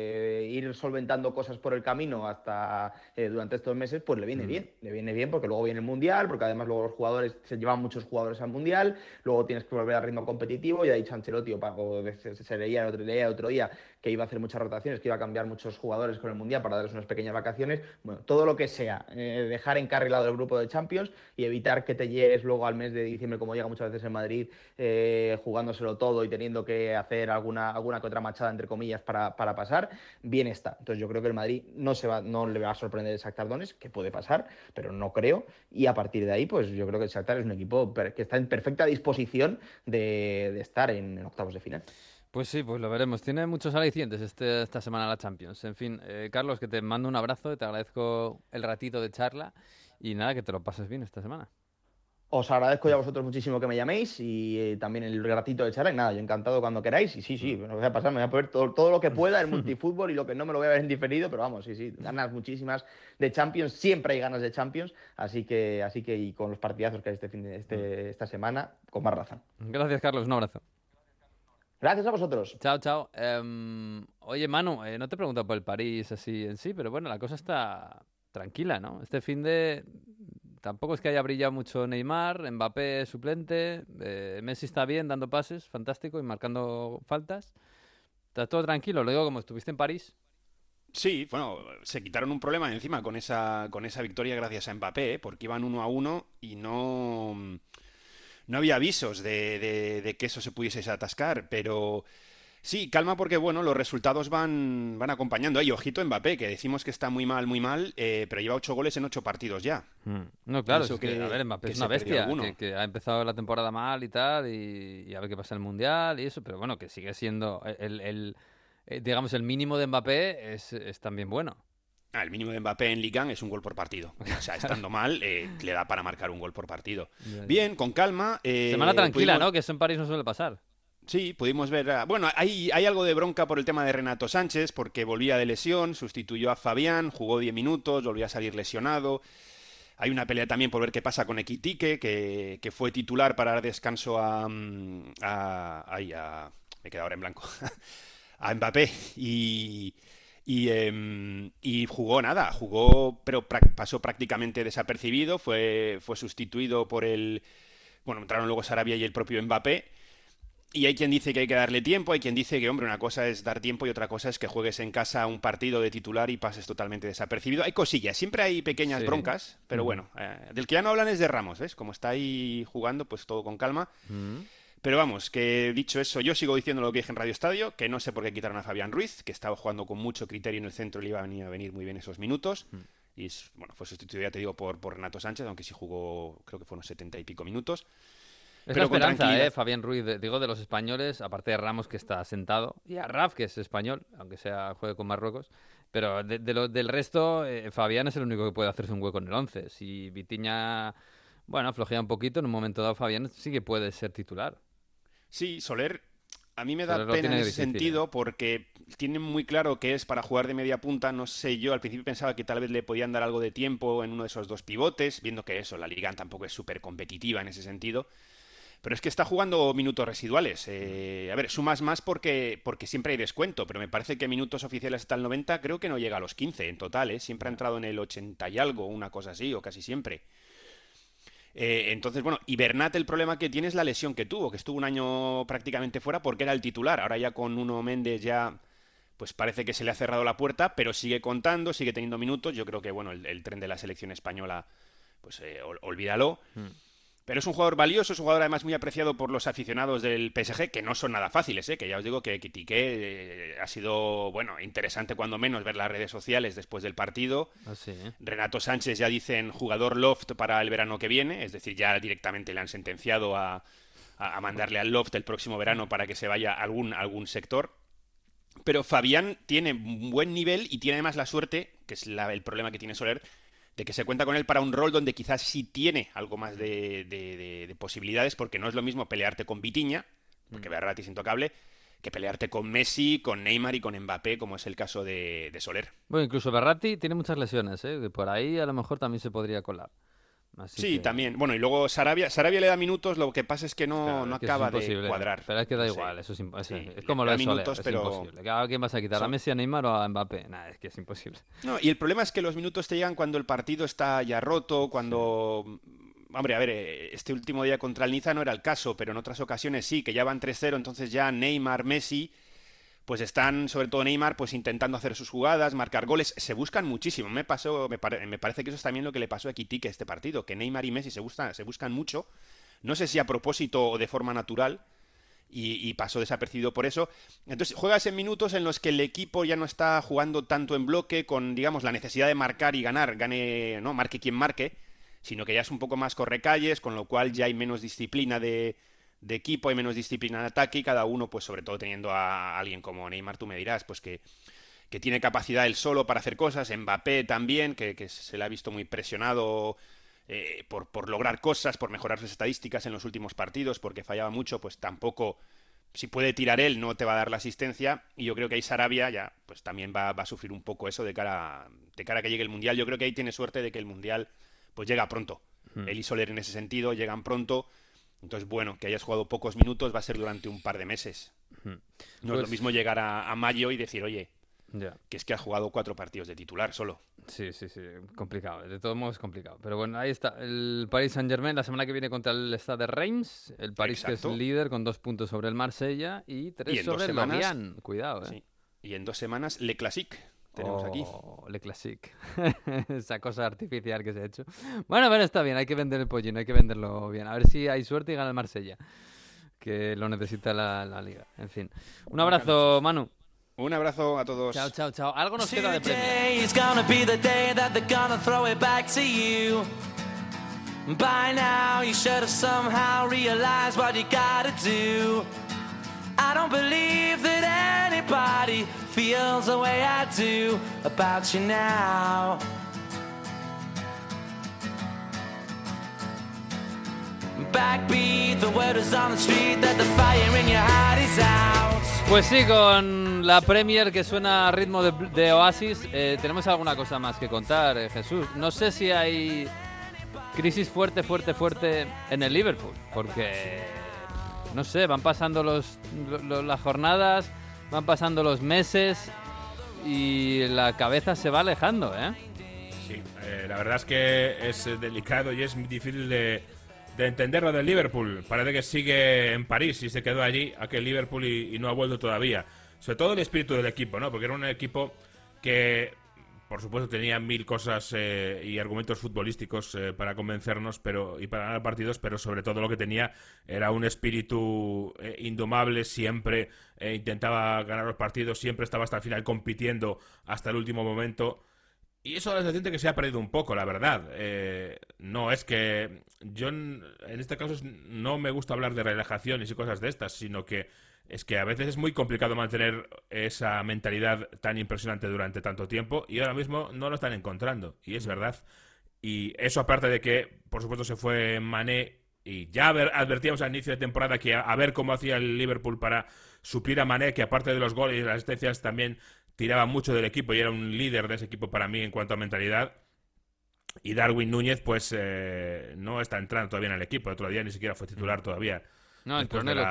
S9: ir solventando cosas por el camino hasta durante estos meses, pues le viene bien porque luego viene el Mundial, porque además luego los jugadores, se llevan muchos jugadores al Mundial, luego tienes que volver al ritmo competitivo, ya ha dicho Ancelotti, se leía el otro día que iba a hacer muchas rotaciones, que iba a cambiar muchos jugadores con el Mundial para darles unas pequeñas vacaciones, bueno, todo lo que sea, dejar encarrilado el grupo de Champions y evitar que te llegues luego al mes de diciembre, como llega muchas veces en Madrid, jugándoselo todo y teniendo que hacer alguna que otra machada, entre comillas, para pasar, bien está. Entonces yo creo que el Madrid no le va a sorprender el Shakhtar Donetsk, que puede pasar, pero no creo, y a partir de ahí, pues yo creo que el Shakhtar es un equipo que está en perfecta disposición de estar en octavos de final.
S1: Pues sí, pues lo veremos. Tiene muchos alicientes esta semana la Champions. En fin, Carlos, que te mando un abrazo, te agradezco el ratito de charla y nada, que te lo pases bien esta semana.
S9: Os agradezco ya a vosotros muchísimo que me llaméis y también el ratito de charla. Y nada, yo encantado cuando queráis. Y sí, me lo voy a pasar, me voy a poner todo lo que pueda en multifútbol y lo que no me lo voy a ver en diferido. Pero vamos, sí, ganas muchísimas de Champions. Siempre hay ganas de Champions. Así que y con los partidazos que hay esta semana, con más razón.
S1: Gracias, Carlos. Un abrazo.
S9: Gracias a vosotros.
S1: Chao. Oye, Manu, no te he preguntado por el París así en sí, pero bueno, la cosa está tranquila, ¿no? Este finde tampoco es que haya brillado mucho Neymar, Mbappé suplente, Messi está bien dando pases, fantástico, y marcando faltas. Está todo tranquilo, lo digo como estuviste en París.
S7: Sí, bueno, se quitaron un problema de encima con esa victoria gracias a Mbappé, porque iban 1-1 y no había avisos de que eso se pudiese atascar, pero sí, calma porque, bueno, los resultados van acompañando. Y ojito Mbappé, que decimos que está muy mal, pero lleva 8 goles en 8 partidos ya.
S1: No, claro, es que, a ver, Mbappé es una bestia, que ha empezado la temporada mal y tal, y a ver qué pasa en el Mundial y eso, pero bueno, que sigue siendo digamos, el mínimo de Mbappé es también bueno.
S7: El mínimo de Mbappé en Ligue 1 es un gol por partido. O sea, estando mal, le da para marcar un gol por partido. Bien, con calma.
S1: Semana tranquila, ¿no? Que eso en París no suele pasar.
S7: Sí, pudimos ver... Bueno, hay algo de bronca por el tema de Renato Sánchez, porque volvía de lesión, sustituyó a Fabián, jugó 10 minutos, volvió a salir lesionado. Hay una pelea también por ver qué pasa con Ekitike, que fue titular para dar descanso me he quedado ahora en blanco. A Mbappé y jugó, pero pasó prácticamente desapercibido, fue sustituido por entraron luego Sarabia y el propio Mbappé, y hay quien dice que hay que darle tiempo, hay quien dice que, hombre, una cosa es dar tiempo y otra cosa es que juegues en casa un partido de titular y pases totalmente desapercibido. Hay cosillas, siempre hay pequeñas broncas, pero bueno, del que ya no hablan es de Ramos, ¿ves? Como está ahí jugando, pues todo con calma. Pero vamos, que dicho eso, yo sigo diciendo lo que dije en Radio Estadio, que no sé por qué quitaron a Fabián Ruiz, que estaba jugando con mucho criterio en el centro y le iban a venir muy bien esos minutos. Y fue sustituido, ya te digo, por Renato Sánchez, aunque sí jugó, creo que fueron 70 y pico minutos.
S1: Es pero la esperanza, Fabián Ruiz, digo, de los españoles, aparte de Ramos, que está sentado, y a Raf, que es español, aunque juegue con Marruecos. Pero del resto, Fabián es el único que puede hacerse un hueco en el 11. Si Vitinha, flojea un poquito, en un momento dado Fabián sí que puede ser titular.
S7: Sí, Soler a mí me da pena en ese sentido porque tienen muy claro que es para jugar de media punta. No sé, yo al principio pensaba que tal vez le podían dar algo de tiempo en uno de esos dos pivotes, viendo que la Liga tampoco es súper competitiva en ese sentido. Pero es que está jugando minutos residuales. A ver, sumas más porque siempre hay descuento, pero me parece que minutos oficiales hasta el 90 creo que no llega a los 15 en total, Siempre ha entrado en el 80 y algo, una cosa así, o casi siempre. Entonces, y Bernat, el problema que tiene es la lesión que tuvo, que estuvo un año prácticamente fuera porque era el titular. Ahora ya con Nuno Méndez ya, pues parece que se le ha cerrado la puerta, pero sigue contando, sigue teniendo minutos. Yo creo que, el tren de la selección española, pues olvídalo. Pero es un jugador valioso, es un jugador además muy apreciado por los aficionados del PSG, que no son nada fáciles, que ya os digo que Ekitike ha sido, bueno, interesante cuando menos ver las redes sociales después del partido.
S1: Sí.
S7: Renato Sánchez ya dicen jugador loft para el verano que viene, es decir, ya directamente le han sentenciado a mandarle al loft el próximo verano para que se vaya a algún sector. Pero Fabián tiene un buen nivel y tiene además la suerte, que es el problema que tiene Soler, de que se cuenta con él para un rol donde quizás sí tiene algo más de posibilidades, porque no es lo mismo pelearte con Vitinha, porque Verratti es intocable, que pelearte con Messi, con Neymar y con Mbappé, como es el caso de Soler.
S1: Bueno, incluso Verratti tiene muchas lesiones, que por ahí a lo mejor también se podría colar. Así
S7: sí,
S1: que...
S7: también. Bueno, y luego Sarabia le da minutos, lo que pasa es que no acaba de cuadrar.
S1: Pero es que da igual, eso es como lo de Soler, es imposible. ¿A quién vas a quitar? ¿A Messi, a Neymar o a Mbappé? Nada, es que es imposible.
S7: No, y el problema es que los minutos te llegan cuando el partido está ya roto, cuando... Hombre, a ver, este último día contra el Niza no era el caso, pero en otras ocasiones sí, que ya van 3-0, entonces ya Neymar, Messi... pues están, sobre todo Neymar, pues intentando hacer sus jugadas, marcar goles, se buscan muchísimo. Me parece que eso es también lo que le pasó a Ekitike este partido, que Neymar y Messi se buscan mucho, no sé si a propósito o de forma natural, y pasó desapercibido por eso. Entonces juegas en minutos en los que el equipo ya no está jugando tanto en bloque, con, digamos, la necesidad de marcar y ganar, no marque quien marque, sino que ya es un poco más correcalles, con lo cual ya hay menos disciplina de equipo, hay menos disciplina de ataque y cada uno, pues sobre todo teniendo a alguien como Neymar, tú me dirás, pues que tiene capacidad él solo para hacer cosas, Mbappé también, que se le ha visto muy presionado por lograr cosas, por mejorar sus estadísticas en los últimos partidos, porque fallaba mucho, pues tampoco, si puede tirar él, no te va a dar la asistencia, y yo creo que ahí Sarabia ya, pues también va a sufrir un poco eso de cara a que llegue el Mundial. Yo creo que ahí tiene suerte de que el Mundial pues llega pronto. Él y Soler en ese sentido llegan pronto. Entonces, bueno, que hayas jugado pocos minutos va a ser durante un par de meses. No es lo mismo llegar a mayo y decir, oye, que es que has jugado 4 partidos de titular solo.
S1: Sí, complicado. De todos modos es complicado. Pero bueno, ahí está. El Paris Saint-Germain la semana que viene contra el Stade de Reims. El París que es líder con 2 puntos sobre el Marsella y 3 sobre el Lorient. Cuidado,
S7: Sí. Y en 2 semanas, Le Classique. Tenemos aquí.
S1: Le Classique. Esa cosa artificial que se ha hecho. Bueno, pero está bien, hay que vender el pollino, hay que venderlo bien. A ver si hay suerte y gana el Marsella, que lo necesita la liga. En fin. Un abrazo, Manu.
S7: Un abrazo a todos.
S1: Chao. Algo nos queda de premio.
S8: By now you should have somehow realized what you gotta do. I don't believe that anybody feels the way I do about you now. Backbeat, the word is on the street that the fire in your heart is out.
S1: Pues sí, con la Premier que suena a ritmo de Oasis, tenemos alguna cosa más que contar, Jesús. No sé si hay crisis fuerte en el Liverpool, porque... no sé, van pasando las jornadas, van pasando los meses y la cabeza se va alejando, ¿eh?
S5: Sí, la verdad es que es delicado y es difícil de entender lo del Liverpool. Parece que sigue en París y se quedó allí, aquel Liverpool, y no ha vuelto todavía. Sobre todo el espíritu del equipo, ¿no? Porque era un equipo que, por supuesto, tenía 1000 cosas y argumentos futbolísticos para convencernos y para ganar partidos, pero sobre todo lo que tenía era un espíritu indomable, siempre intentaba ganar los partidos, siempre estaba hasta el final compitiendo hasta el último momento. Y eso es la sensación que se ha perdido un poco, la verdad. No es que yo, en este caso, no me gusta hablar de relajaciones y cosas de estas, sino que es que a veces es muy complicado mantener esa mentalidad tan impresionante durante tanto tiempo y ahora mismo no lo están encontrando, y es verdad. Y eso aparte de que, por supuesto, se fue Mané, y ya advertíamos al inicio de temporada que a ver cómo hacía el Liverpool para suplir a Mané, que aparte de los goles y las asistencias también tiraba mucho del equipo y era un líder de ese equipo para mí en cuanto a mentalidad. Y Darwin Núñez pues no está entrando todavía en el equipo. El otro día ni siquiera fue titular todavía.
S1: No, entró en el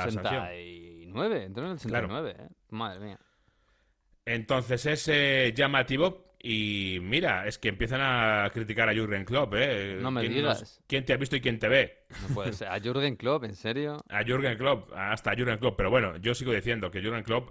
S1: 89. Entró en el 89, claro. Madre mía.
S5: Entonces es llamativo. Y mira, es que empiezan a criticar a Jürgen Klopp,
S1: No me digas.
S5: ¿Quién te ha visto y quién te ve?
S1: No puede ser. ¿A Jürgen Klopp? ¿En serio?
S5: A Jürgen Klopp, hasta Jürgen Klopp. Pero bueno, yo sigo diciendo que Jürgen Klopp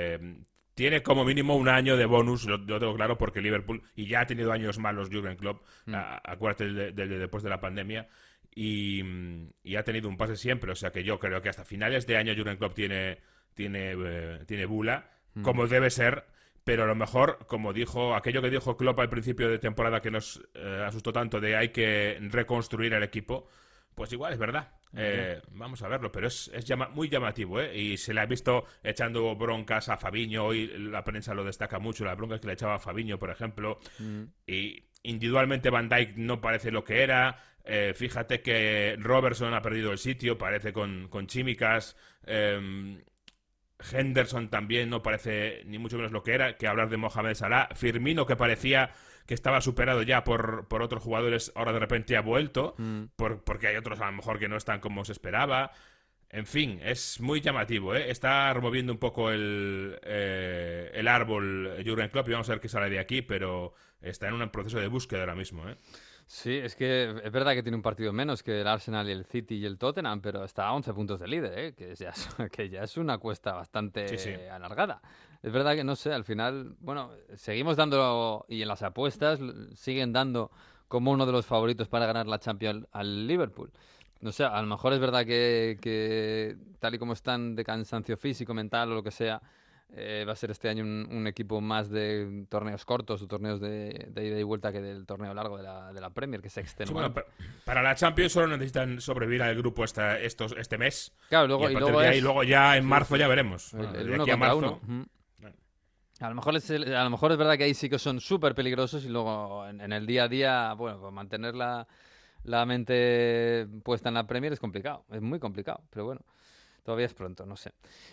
S5: tiene como mínimo un año de bonus, lo tengo claro, porque Liverpool, y ya ha tenido años malos Jürgen Klopp, acuérdate de después de la pandemia, y ha tenido un pase siempre. O sea que yo creo que hasta finales de año Jürgen Klopp tiene bula, como debe ser. Pero a lo mejor, como dijo aquello que dijo Klopp al principio de temporada que nos asustó tanto de hay que reconstruir el equipo, pues igual es verdad. Vamos a verlo, pero es muy llamativo, ¿eh? Y se le ha visto echando broncas a Fabinho. Hoy la prensa lo destaca mucho, las broncas que le echaba a Fabinho, por ejemplo. Y individualmente Van Dijk no parece lo que era. Fíjate que Robertson ha perdido el sitio, parece con Tsimikas. Henderson también no parece ni mucho menos lo que era, que hablar de Mohamed Salah. Firmino, que parecía que estaba superado ya por otros jugadores, ahora de repente ha vuelto, porque hay otros a lo mejor que no están como se esperaba. En fin, es muy llamativo, ¿eh? Está removiendo un poco el árbol Jürgen Klopp y vamos a ver qué sale de aquí, pero está en un proceso de búsqueda ahora mismo, ¿eh?
S1: Sí, es que es verdad que tiene un partido menos que el Arsenal y el City y el Tottenham, pero está a 11 puntos de líder, ¿eh? Que ya es una cuesta bastante alargada. Es verdad que, no sé, al final, bueno, seguimos dando, y en las apuestas siguen dando como uno de los favoritos para ganar la Champions al Liverpool. No sé, a lo mejor es verdad que tal y como están de cansancio físico, mental o lo que sea, va a ser este año un equipo más de torneos cortos o torneos de ida y vuelta que del torneo largo de la Premier, que se extenúa.
S5: Sí, bueno, para la Champions solo necesitan sobrevivir al grupo este mes.
S1: Claro,
S5: y luego ya en marzo ya veremos.
S1: El uno contra uno. A lo mejor es verdad que ahí sí que son súper peligrosos y luego en el día a día, bueno, pues mantener la mente puesta en la Premier es complicado, es muy complicado, pero bueno. Todavía es pronto, no sé.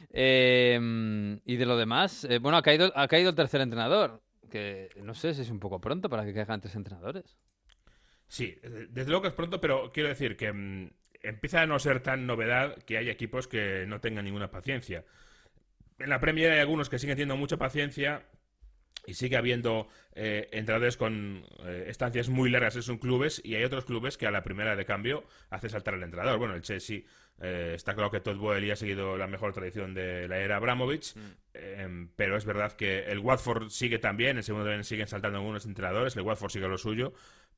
S1: Y de lo demás, bueno, ha caído el tercer entrenador, que no sé si es un poco pronto para que caigan 3 entrenadores.
S5: Sí, desde luego que es pronto, pero quiero decir que empieza a no ser tan novedad que hay equipos que no tengan ninguna paciencia. En la Premier hay algunos que siguen teniendo mucha paciencia y sigue habiendo entrenadores con estancias muy largas en sus clubes, y hay otros clubes que a la primera de cambio hace saltar al entrenador. Bueno, el Chelsea... está claro que Todd Boehly ha seguido la mejor tradición de la era Abramovich, pero es verdad que el Watford sigue también, en segundo nivel siguen saltando algunos entrenadores, el Watford sigue lo suyo,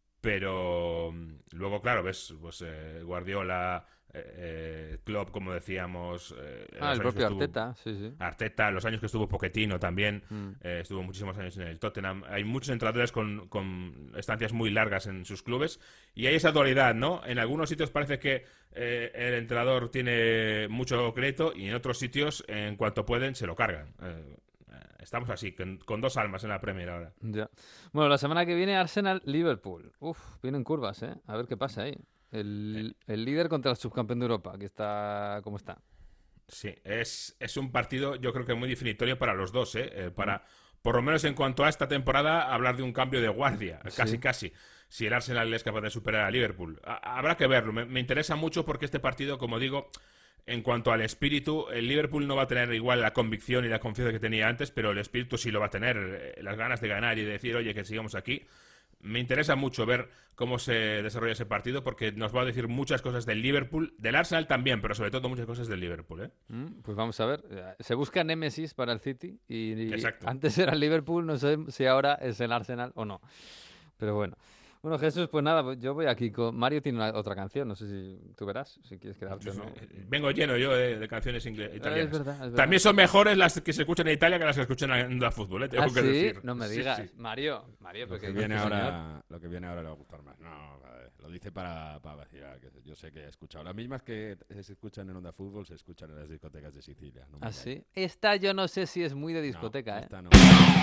S5: pero luego, claro, ves, pues Guardiola, Klopp, como decíamos,
S1: el propio Arteta, sí.
S5: Arteta, los años que estuvo Pochettino también, estuvo muchísimos años en el Tottenham. Hay muchos entrenadores con estancias muy largas en sus clubes y hay esa dualidad, ¿no? En algunos sitios parece que el entrenador tiene mucho crédito y en otros sitios, en cuanto pueden, se lo cargan. Estamos así, con 2 almas en la Premier ahora.
S1: Ya. Bueno, la semana que viene Arsenal-Liverpool. Vienen curvas, ¿eh? A ver qué pasa ahí. El líder contra el subcampeón de Europa, que está como está.
S5: Sí, es un partido yo creo que muy definitorio para los dos, para, por lo menos en cuanto a esta temporada, hablar de un cambio de guardia, casi. Si el Arsenal es capaz de superar a Liverpool. Habrá que verlo, me interesa mucho porque este partido, como digo, en cuanto al espíritu, el Liverpool no va a tener igual la convicción y la confianza que tenía antes, pero el espíritu sí lo va a tener, las ganas de ganar y de decir, oye, que sigamos aquí. Me interesa mucho ver cómo se desarrolla ese partido porque nos va a decir muchas cosas del Liverpool, del Arsenal también, pero sobre todo muchas cosas del Liverpool, ¿eh?
S1: Pues vamos a ver. Se busca némesis para el City y
S5: Exacto.
S1: Antes era el Liverpool, no sé si ahora es el Arsenal o no. Pero bueno. Bueno, Jesús, pues nada, yo voy aquí con... Mario tiene otra canción, no sé si tú verás, si quieres quedarte o no.
S5: Vengo lleno yo de canciones italianas.
S1: Es verdad.
S5: También son mejores las que se escuchan en Italia que las que escuchan en la fútbol, tengo que decir.
S1: No me digas.
S5: Sí.
S1: Mario,
S6: lo que viene ahora le va a gustar más. No, lo dice para vacilar, que yo sé que he escuchado. Las mismas que se escuchan en Onda Fútbol se escuchan en las discotecas de Sicilia. No
S1: sí? Esta yo no sé si es muy de discoteca,
S6: esta no.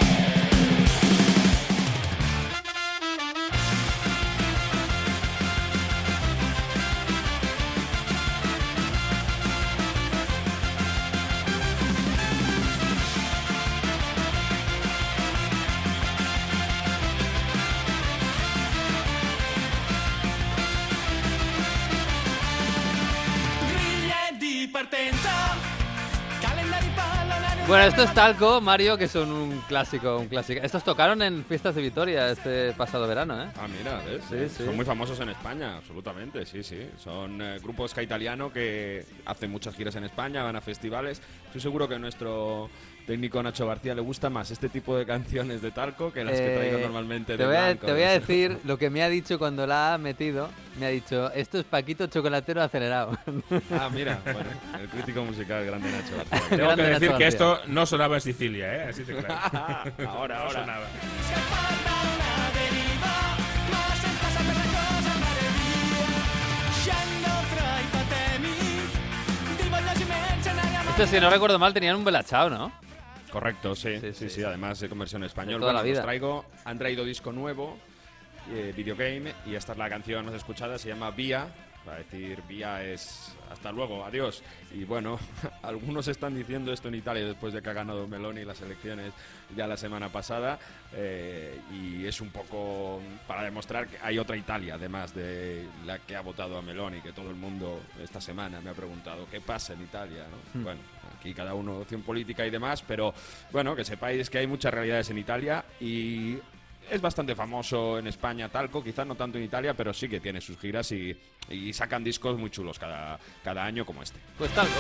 S1: Bueno, esto es Talco, Mario, que son un clásico. Estos tocaron en fiestas de Vitoria este pasado verano, ¿eh?
S6: Ah, mira, ¿ves?
S1: Sí.
S6: Son muy famosos en España, absolutamente, sí. Son grupo ska italiano que hacen muchas giras en España, van a festivales. Estoy seguro que nuestro técnico Nacho García le gusta más este tipo de canciones de Talco que las que traigo normalmente de Blanco.
S1: Te voy a decir lo que me ha dicho cuando la ha metido. Me ha dicho, esto es Paquito Chocolatero acelerado.
S6: Ah, mira, bueno, el crítico musical grande Nacho García.
S5: Tengo que decir que esto no sonaba en Sicilia, ¿eh? Así te claro.
S6: Ahora.
S5: No sonaba.
S1: Esto, si no recuerdo mal, tenían un Belachao, ¿no?
S6: Correcto, sí. Además de conversión en español.
S1: Toda la vida.
S6: Han traído disco nuevo, videogame, y esta es la canción más escuchada, se llama Vía. Para decir Vía es hasta luego, adiós. Y bueno, algunos están diciendo esto en Italia después de que ha ganado Meloni las elecciones ya la semana pasada, y es un poco para demostrar que hay otra Italia, además de la que ha votado a Meloni, que todo el mundo esta semana me ha preguntado qué pasa en Italia, ¿no? Bueno, aquí cada uno opción política y demás, pero bueno, que sepáis que hay muchas realidades en Italia y es bastante famoso en España Talco, quizás no tanto en Italia, pero sí que tiene sus giras y sacan discos muy chulos cada año como este.
S1: Pues Talco.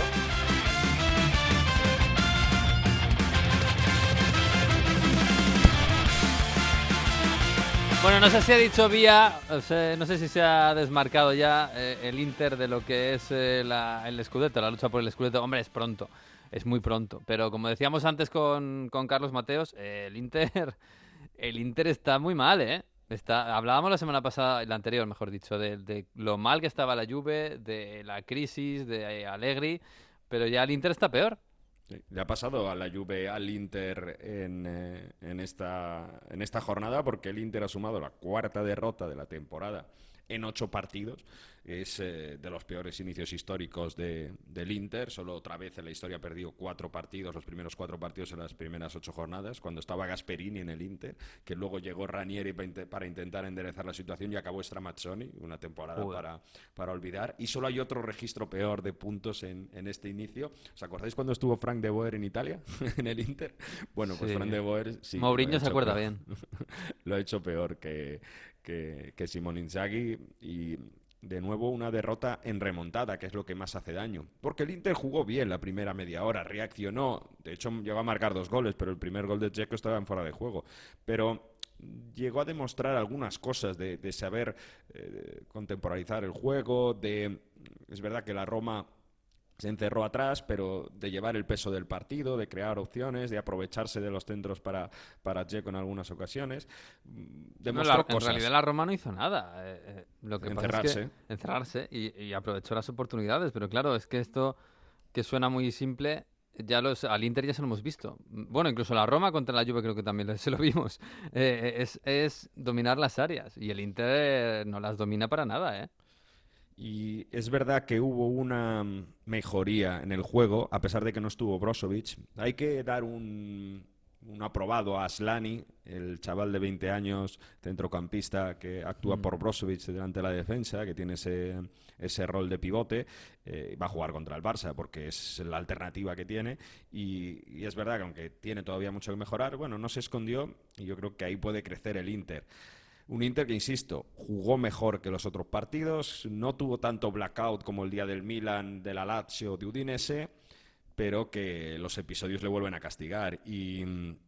S1: Bueno, no sé si ha dicho Vía, no sé si se ha desmarcado ya el Inter de lo que es el Scudetto, la lucha por el Scudetto. Hombre, es pronto, es muy pronto. Pero como decíamos antes con Carlos Mateos, el Inter está muy mal, ¿eh? Hablábamos la semana pasada, la anterior, mejor dicho, de lo mal que estaba la Juve, de la crisis, de Allegri, pero ya el Inter está peor.
S6: Sí, le ha pasado a la Juve al Inter en esta jornada, porque el Inter ha sumado la 4ª derrota de la temporada en 8 partidos. Es de los peores inicios históricos del Inter. Solo otra vez en la historia ha perdido 4 partidos, los primeros 4 partidos en las primeras 8 jornadas, cuando estaba Gasperini en el Inter, que luego llegó Ranieri para intentar enderezar la situación y acabó Stramazzoni, una temporada para olvidar. Y solo hay otro registro peor de puntos en este inicio. ¿Os acordáis cuando estuvo Frank de Boer en Italia, en el Inter? Bueno, pues sí. Frank de Boer sí.
S1: Mourinho se acuerda bien.
S6: Lo ha hecho peor que Simone Inzaghi, y de nuevo una derrota en remontada, que es lo que más hace daño, porque el Inter jugó bien la primera media hora, reaccionó, de hecho llegó a marcar 2 goles, pero el primer gol de Dzeko estaba en fuera de juego, pero llegó a demostrar algunas cosas de saber contemporizar el juego, es verdad que la Roma se encerró atrás, pero de llevar el peso del partido, de crear opciones, de aprovecharse de los centros para Dzeko en algunas ocasiones. Demostró cosas.
S1: En realidad la Roma no hizo nada. Lo que pasa es que encerrarse y aprovechó las oportunidades. Pero claro, es que esto que suena muy simple, al Inter ya se lo hemos visto. Bueno, incluso la Roma contra la Juve creo que también se lo vimos. Es dominar las áreas. Y el Inter no las domina para nada, ¿eh?
S6: Y es verdad que hubo una mejoría en el juego, a pesar de que no estuvo Brozovic. Hay que dar un aprobado a Aslani, el chaval de 20 años, centrocampista, que actúa por Brozovic delante de la defensa, que tiene ese rol de pivote. Va a jugar contra el Barça porque es la alternativa que tiene. Y es verdad que aunque tiene todavía mucho que mejorar, bueno, no se escondió, y yo creo que ahí puede crecer el Inter. Un Inter que, insisto, jugó mejor que los otros partidos, no tuvo tanto blackout como el día del Milan, de la Lazio, de Udinese, pero que los episodios le vuelven a castigar. Y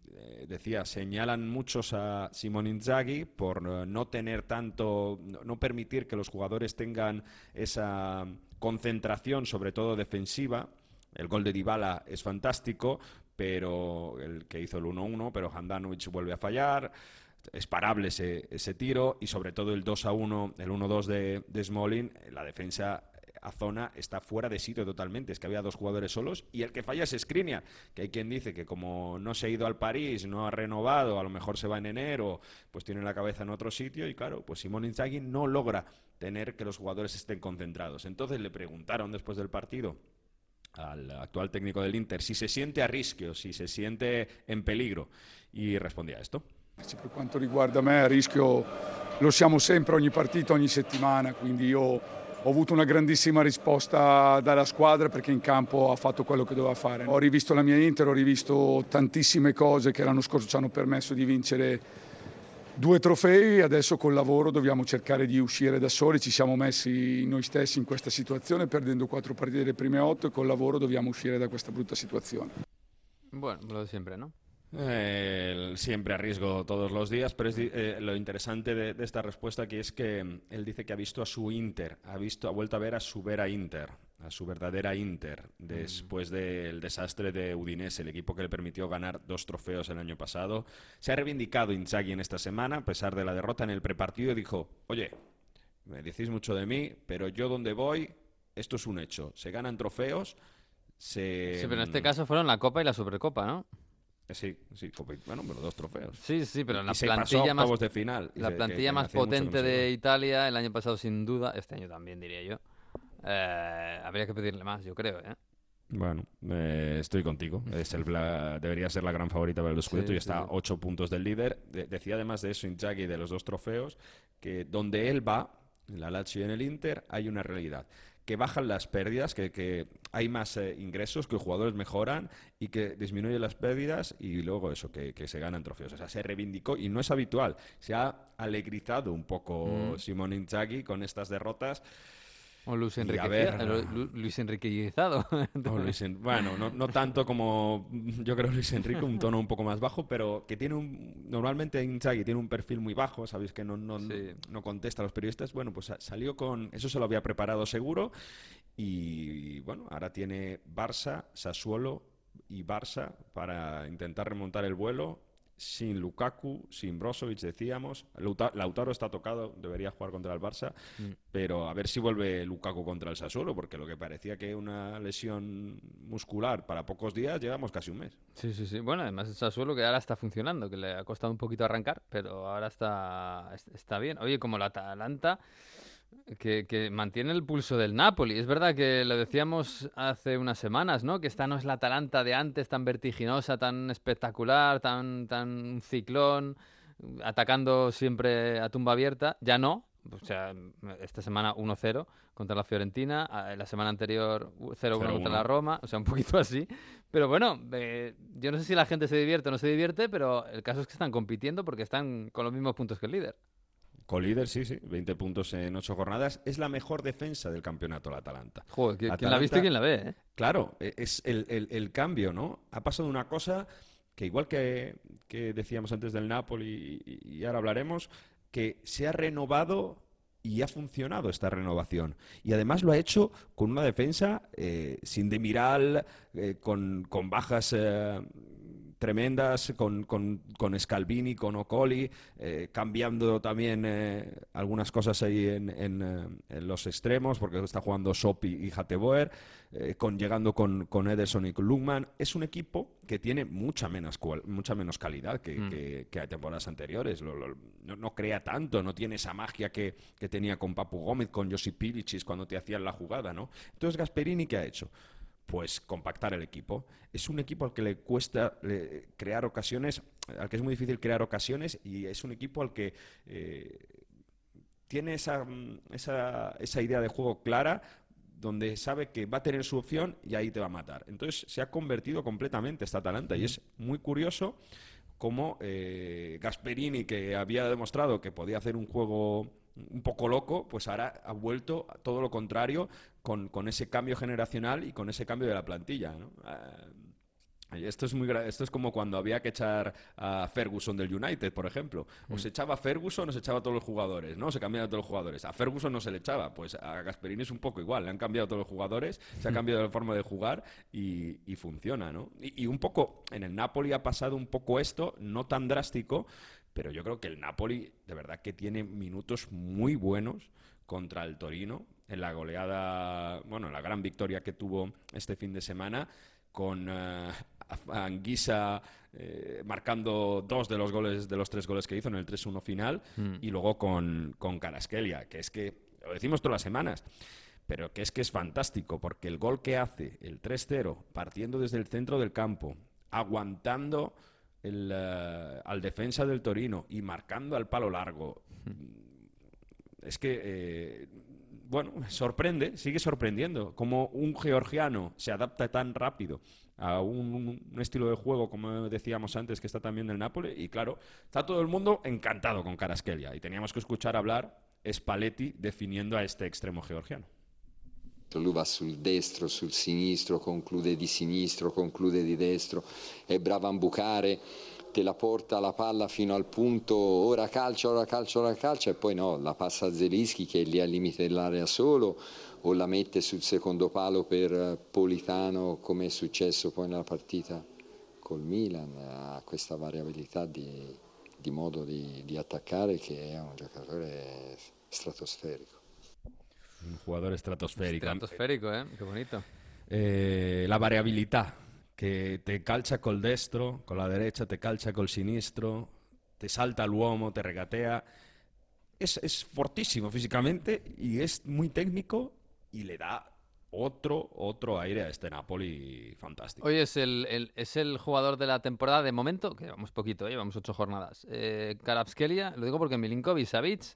S6: señalan muchos a Simone Inzaghi por no tener no permitir que los jugadores tengan esa concentración, sobre todo defensiva. El gol de Dybala es fantástico, pero el que hizo el 1-1, pero Handanovic vuelve a fallar. Es parable ese tiro, y sobre todo el 2-1, el 1-2 de Smalling, la defensa a zona está fuera de sitio totalmente. Es que había 2 jugadores solos, y el que falla es Skriniar, que hay quien dice que como no se ha ido al París, no ha renovado, a lo mejor se va en enero, pues tiene la cabeza en otro sitio, y claro, pues Simone Inzaghi no logra tener que los jugadores estén concentrados. Entonces le preguntaron después del partido al actual técnico del Inter si se siente a rischio, si se siente en peligro, y respondía esto.
S10: Per quanto riguarda me, a rischio lo siamo sempre, ogni partita, ogni settimana, quindi io ho avuto una grandissima risposta dalla squadra, perché in campo ha fatto quello che doveva fare. Ho rivisto la mia Inter, ho rivisto tantissime cose che l'anno scorso ci hanno permesso di vincere 2 trofei, adesso col lavoro dobbiamo cercare di uscire da soli, ci siamo messi noi stessi in questa situazione perdendo 4 partite delle prime 8, e col lavoro dobbiamo uscire da questa brutta situazione.
S1: Bueno, lo de siempre, ¿no?
S6: Siempre a riesgo todos los días, pero lo interesante de esta respuesta aquí es que él dice que ha visto a su Inter, ha vuelto a ver a su vera Inter, a su verdadera Inter, después del desastre de Udinese, el equipo que le permitió ganar 2 trofeos el año pasado. Se ha reivindicado Inzaghi en esta semana, a pesar de la derrota en el prepartido, y dijo, oye, me decís mucho de mí, pero yo donde voy, esto es un hecho, se ganan trofeos,
S1: Sí, pero en este caso fueron la Copa y la Supercopa, ¿no?
S6: Sí, bueno, pero 2 trofeos.
S1: Sí, pero la
S6: plantilla más de final.
S1: La plantilla más potente de Italia el año pasado sin duda, este año también diría yo. Habría que pedirle más, yo creo, ¿eh?
S6: Bueno, estoy contigo. Debería ser la gran favorita para el Scudetto y está a 8 puntos del líder. Decía además de eso Inzaghi, de los 2 trofeos, que donde él va, en la Lazio y en el Inter, hay una realidad. Que bajan las pérdidas, que hay más ingresos, que los jugadores mejoran y que disminuyen las pérdidas y luego eso, que se ganan trofeos. O sea, se reivindicó y no es habitual. Se ha alegrizado un poco Simone Inzaghi con estas derrotas.
S1: O Luis Enriquezado.
S6: Bueno, no tanto como yo creo Luis Enrique, un tono un poco más bajo, pero que tiene normalmente Inzaghi tiene un perfil muy bajo, sabéis que no contesta a los periodistas. Bueno, pues salió con eso, se lo había preparado seguro y bueno, ahora tiene Barça, Sassuolo y Barça para intentar remontar el vuelo. Sin Lukaku, sin Brozovic, decíamos. Lautaro está tocado, debería jugar contra el Barça, pero a ver si vuelve Lukaku contra el Sassuolo, porque lo que parecía que una lesión muscular para pocos días, llevamos casi un mes.
S1: Sí. Bueno, además el Sassuolo que ahora está funcionando, que le ha costado un poquito arrancar, pero ahora está bien. Oye, como la Atalanta, que mantiene el pulso del Napoli. Es verdad que lo decíamos hace unas semanas, ¿no? Que esta no es la Atalanta de antes, tan vertiginosa, tan espectacular, tan ciclón, atacando siempre a tumba abierta. Ya no. O sea, esta semana 1-0 contra la Fiorentina, la semana anterior 0-1 contra la Roma, o sea, un poquito así. Pero bueno, yo no sé si la gente se divierte o no se divierte, pero el caso es que están compitiendo porque están con los mismos puntos que el líder.
S6: Co-líder, sí, 20 puntos en 8 jornadas. Es la mejor defensa del campeonato, la Atalanta.
S1: Joder, ¿quién la ha visto y quién la ve? ¿Eh?
S6: Claro, es el cambio, ¿no? Ha pasado una cosa que igual que decíamos antes del Napoli y ahora hablaremos, que se ha renovado y ha funcionado esta renovación. Y además lo ha hecho con una defensa sin Demiral, con bajas tremendas, con Scalvini, con Ocoli, cambiando también algunas cosas ahí en los extremos, porque está jugando Sopi y Hateboer, llegando con Ederson y con Lungman. Es un equipo que tiene mucha menos calidad que a temporadas anteriores. No crea tanto, no tiene esa magia que tenía con Papu Gómez, con Josip Ilicic cuando te hacían la jugada, ¿no? Entonces Gasperini, ¿qué ha hecho? Pues compactar el equipo. Es un equipo al que le cuesta crear ocasiones, al que es muy difícil crear ocasiones, y es un equipo al que tiene esa idea de juego clara, donde sabe que va a tener su opción y ahí te va a matar. Entonces se ha convertido completamente esta Atalanta y es muy curioso cómo Gasperini, que había demostrado que podía hacer un juego un poco loco, pues ahora ha vuelto a todo lo contrario con ese cambio generacional y con ese cambio de la plantilla, ¿no? Esto es como cuando había que echar a Ferguson del United, por ejemplo. O se echaba a Ferguson o se echaba a todos los jugadores, ¿no? Se cambiaban a todos los jugadores. A Ferguson no se le echaba, pues a Gasperini es un poco igual. Le han cambiado a todos los jugadores, se ha cambiado la forma de jugar y funciona, ¿no? Y un poco, en el Napoli ha pasado un poco esto, no tan drástico, pero yo creo que el Napoli de verdad que tiene minutos muy buenos contra el Torino en la goleada, bueno, la gran victoria que tuvo este fin de semana con Anguissa marcando 2 de los 3 goles que hizo en el 3-1 final y luego con Kvaratskhelia, que es que lo decimos todas las semanas, pero que es fantástico porque el gol que hace, el 3-0, partiendo desde el centro del campo, aguantando al defensa del Torino y marcando al palo largo, es que bueno, sigue sorprendiendo cómo un georgiano se adapta tan rápido a un estilo de juego, como decíamos antes, que está también en el Napoli, y claro, está todo el mundo encantado con Kvaratskhelia y teníamos que escuchar hablar Spalletti definiendo a este extremo georgiano.
S11: Lui va sul destro, sul sinistro, conclude di sinistro, conclude di destro, è bravo a bucare, te la porta la palla fino al punto, ora calcia, e poi no, la passa a Zelinski che è lì al limite dell'area solo, o la mette sul secondo palo per Politano, come è successo poi nella partita col Milan. Ha questa variabilità di modo di attaccare, che è un giocatore stratosferico.
S6: Un jugador estratosférico.
S1: Estratosférico, qué bonito.
S6: La variabilità, che te calcia col destro, con la derecha, te calcia col sinistro, te salta l'uomo, te regatea. Es fortísimo físicamente y es muy técnico y le da otro aire a este Napoli fantástico.
S1: Hoy es el jugador de la temporada de momento, que llevamos poquito, llevamos 8 jornadas. Kvaratskhelia, lo digo porque Milinkovic-Savic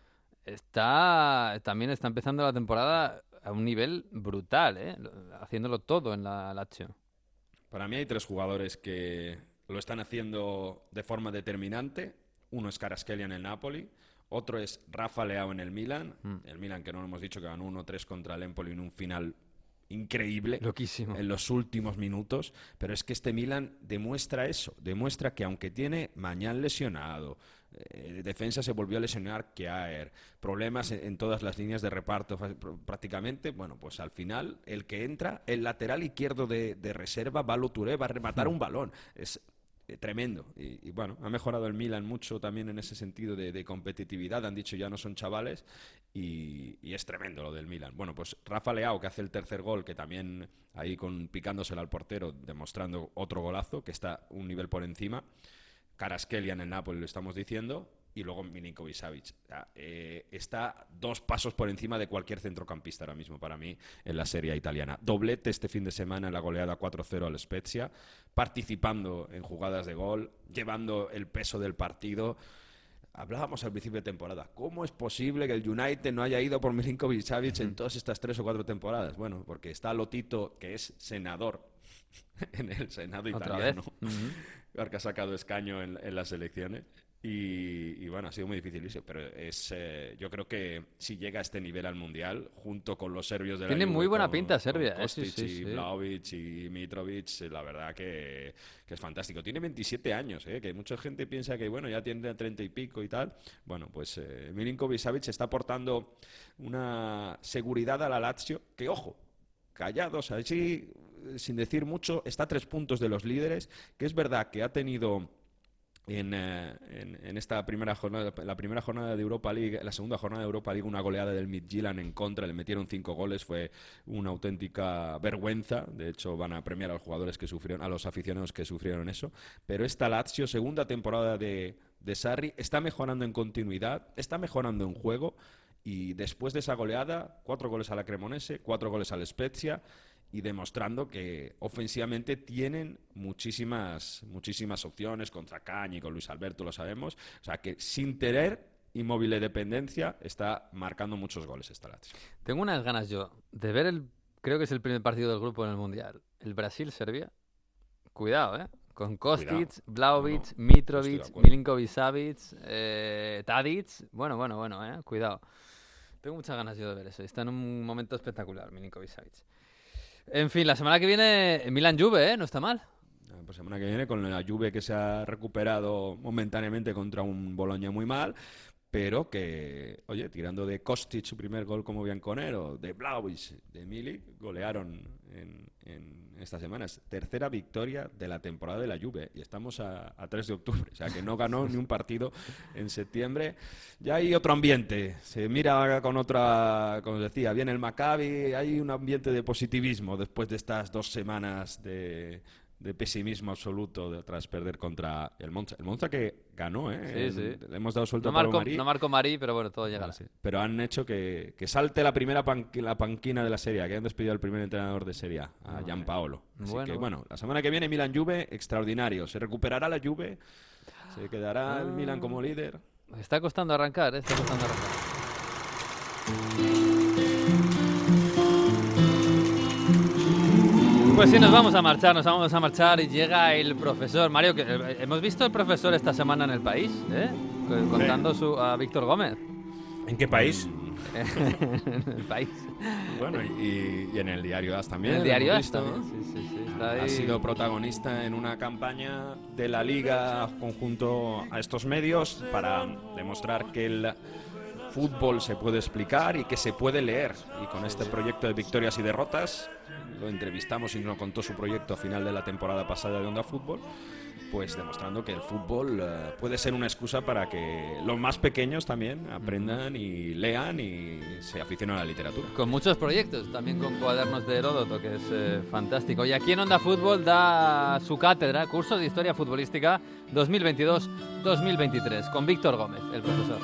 S1: también está empezando la temporada a un nivel brutal, haciéndolo todo en la Lazio.
S6: Para mí hay 3 jugadores que lo están haciendo de forma determinante. Uno es Kvaratskhelia en el Napoli, otro es Rafa Leao en el Milan. El Milan, que no lo hemos dicho, que ganó 1-3 contra el Empoli en un final increíble.
S1: Loquísimo.
S6: En los últimos minutos. Pero es que este Milan demuestra eso. Demuestra que aunque tiene Mañán lesionado, defensa se volvió a lesionar Kjaer, problemas en todas las líneas de reparto prácticamente, bueno, pues al final el que entra, el lateral izquierdo de reserva, Ballo Touré, va a rematar un balón. Es tremendo. Y bueno, ha mejorado el Milan mucho también en ese sentido de competitividad. Han dicho ya no son chavales y es tremendo lo del Milan. Bueno, pues Rafa Leao, que hace el tercer gol, que también ahí picándosela al portero, demostrando otro golazo, que está un nivel por encima. Kvaratskhelia en el Napoli, lo estamos diciendo, y luego Milinkovic-Savic. Está 2 pasos por encima de cualquier centrocampista ahora mismo para mí en la Serie A italiana. Doblete este fin de semana en la goleada 4-0 al Spezia, participando en jugadas de gol, llevando el peso del partido. Hablábamos al principio de temporada, ¿cómo es posible que el United no haya ido por Milinkovic-Savic en todas estas 3 o 4 temporadas? Bueno, porque está Lotito, que es senador en el Senado italiano, porque ha sacado escaño en las elecciones. Y bueno, ha sido muy difícil, pero yo creo que si llega a este nivel al Mundial, junto con los serbios de la Juve,
S1: tiene muy buena pinta Serbia,
S6: Kostic
S1: sí.
S6: y Vlahovic y Mitrovic, la verdad que es fantástico. Tiene 27 años, que mucha gente piensa que bueno, ya tiene 30 y pico y tal. Bueno, pues Milinkovic-Savic está aportando una seguridad a la Lazio que, ojo, callados así, sin decir mucho, está a 3 puntos de los líderes, que es verdad que ha tenido en esta primera jornada, la primera jornada de Europa League, la segunda jornada de Europa League, una goleada del Midtjylland en contra, le metieron 5 goles, fue una auténtica vergüenza. De hecho van a premiar a los jugadores que sufrieron, a los aficionados que sufrieron eso. Pero esta Lazio, segunda temporada de Sarri, está mejorando en continuidad, está mejorando en juego, y después de esa goleada, 4 goles a la Cremonese, 4 goles al Spezia, y demostrando que ofensivamente tienen muchísimas opciones contra Cañi, con Luis Alberto, lo sabemos. O sea que sin tener Immobile dependencia está marcando muchos goles esta Lazio.
S1: Tengo unas ganas yo de ver creo que es el primer partido del grupo en el Mundial, el Brasil-Serbia. Cuidado, con Kostic, Vlahovic, Mitrovic, Milinkovic-Savic, Tadic. Bueno, cuidado. Tengo muchas ganas yo de ver eso. Está en un momento espectacular Milinkovic-Savic. En fin, la semana que viene Milan-Juve, no está mal.
S6: Pues semana que viene con la Juve, que se ha recuperado momentáneamente contra un Bologna muy mal, pero que, oye, tirando de Kostic su primer gol como bianconero, de Vlahovic, de Milik, golearon en estas semanas. Tercera victoria de la temporada de la Juve, y estamos a 3 de octubre, o sea que no ganó ni un partido en septiembre. Ya hay otro ambiente, se mira con otra, como decía, viene el Maccabi, hay un ambiente de positivismo después de estas 2 semanas de pesimismo absoluto tras perder contra el Monza. El Monza que ganó,
S1: Sí.
S6: Le hemos dado suelta
S1: a
S6: Marí.
S1: No marcó Marí, pero bueno, todo llegará.
S6: Sí. Pero han hecho que salte la primera la panquina de la Serie A, que han despedido al primer entrenador de Serie A Gianpaolo. Así que la semana que viene Milan-Juve, extraordinario. Se recuperará la Juve, se quedará el Milan como líder.
S1: Está costando arrancar, Pues sí, nos vamos a marchar y llega el profesor. Mario, que hemos visto el profesor esta semana en El País, contando a Víctor Gómez.
S5: ¿En qué país?
S1: en el país.
S6: Bueno, y en el diario AS también.
S1: En el diario AS
S6: visto,
S1: también, sí, está ahí.
S6: Ha sido protagonista en una campaña de la Liga conjunto a estos medios para demostrar que el fútbol se puede explicar y que se puede leer. Y con este proyecto de victorias y derrotas, lo entrevistamos y nos contó su proyecto a final de la temporada pasada de Onda Fútbol, pues demostrando que el fútbol puede ser una excusa para que los más pequeños también aprendan y lean y se aficionen a la literatura.
S1: Con muchos proyectos, también con cuadernos de Heródoto, que es fantástico. Y aquí en Onda Fútbol da su cátedra, curso de Historia Futbolística 2022-2023, con Víctor Gómez, el profesor.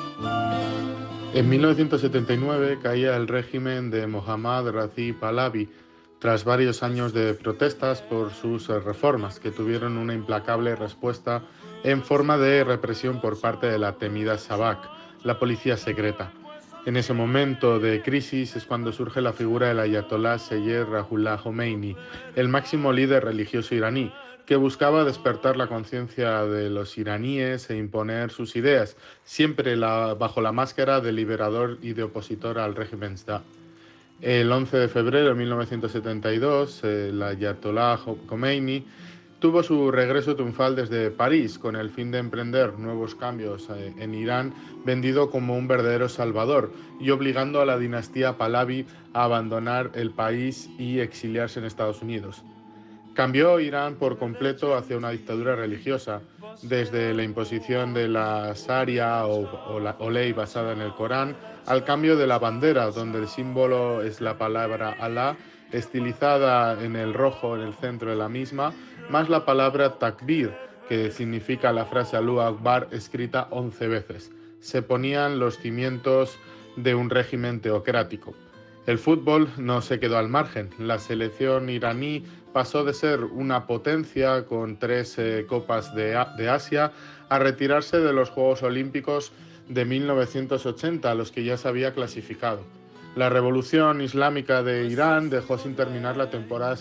S12: En 1979 caía el régimen de Mohammad Reza Pahlavi, tras varios años de protestas por sus reformas, que tuvieron una implacable respuesta en forma de represión por parte de la temida Shabak, la policía secreta. En ese momento de crisis es cuando surge la figura del ayatolá Seyyed Ruhollah Khomeini, el máximo líder religioso iraní, que buscaba despertar la conciencia de los iraníes e imponer sus ideas, siempre bajo la máscara de liberador y de opositor al régimen Shah. El 11 de febrero de 1972, el ayatolá Khomeini tuvo su regreso triunfal desde París con el fin de emprender nuevos cambios en Irán, vendido como un verdadero salvador y obligando a la dinastía Pahlavi a abandonar el país y exiliarse en Estados Unidos. Cambió Irán por completo hacia una dictadura religiosa, desde la imposición de la Sharia o ley basada en el Corán, al cambio de la bandera, donde el símbolo es la palabra Alá, estilizada en el rojo en el centro de la misma, más la palabra Takbir, que significa la frase Allahu Akbar escrita 11 veces. Se ponían los cimientos de un régimen teocrático. El fútbol no se quedó al margen. La selección iraní pasó de ser una potencia con 3 copas de Asia a retirarse de los Juegos Olímpicos de 1980, a los que ya se había clasificado. La revolución islámica de Irán dejó sin terminar la temporada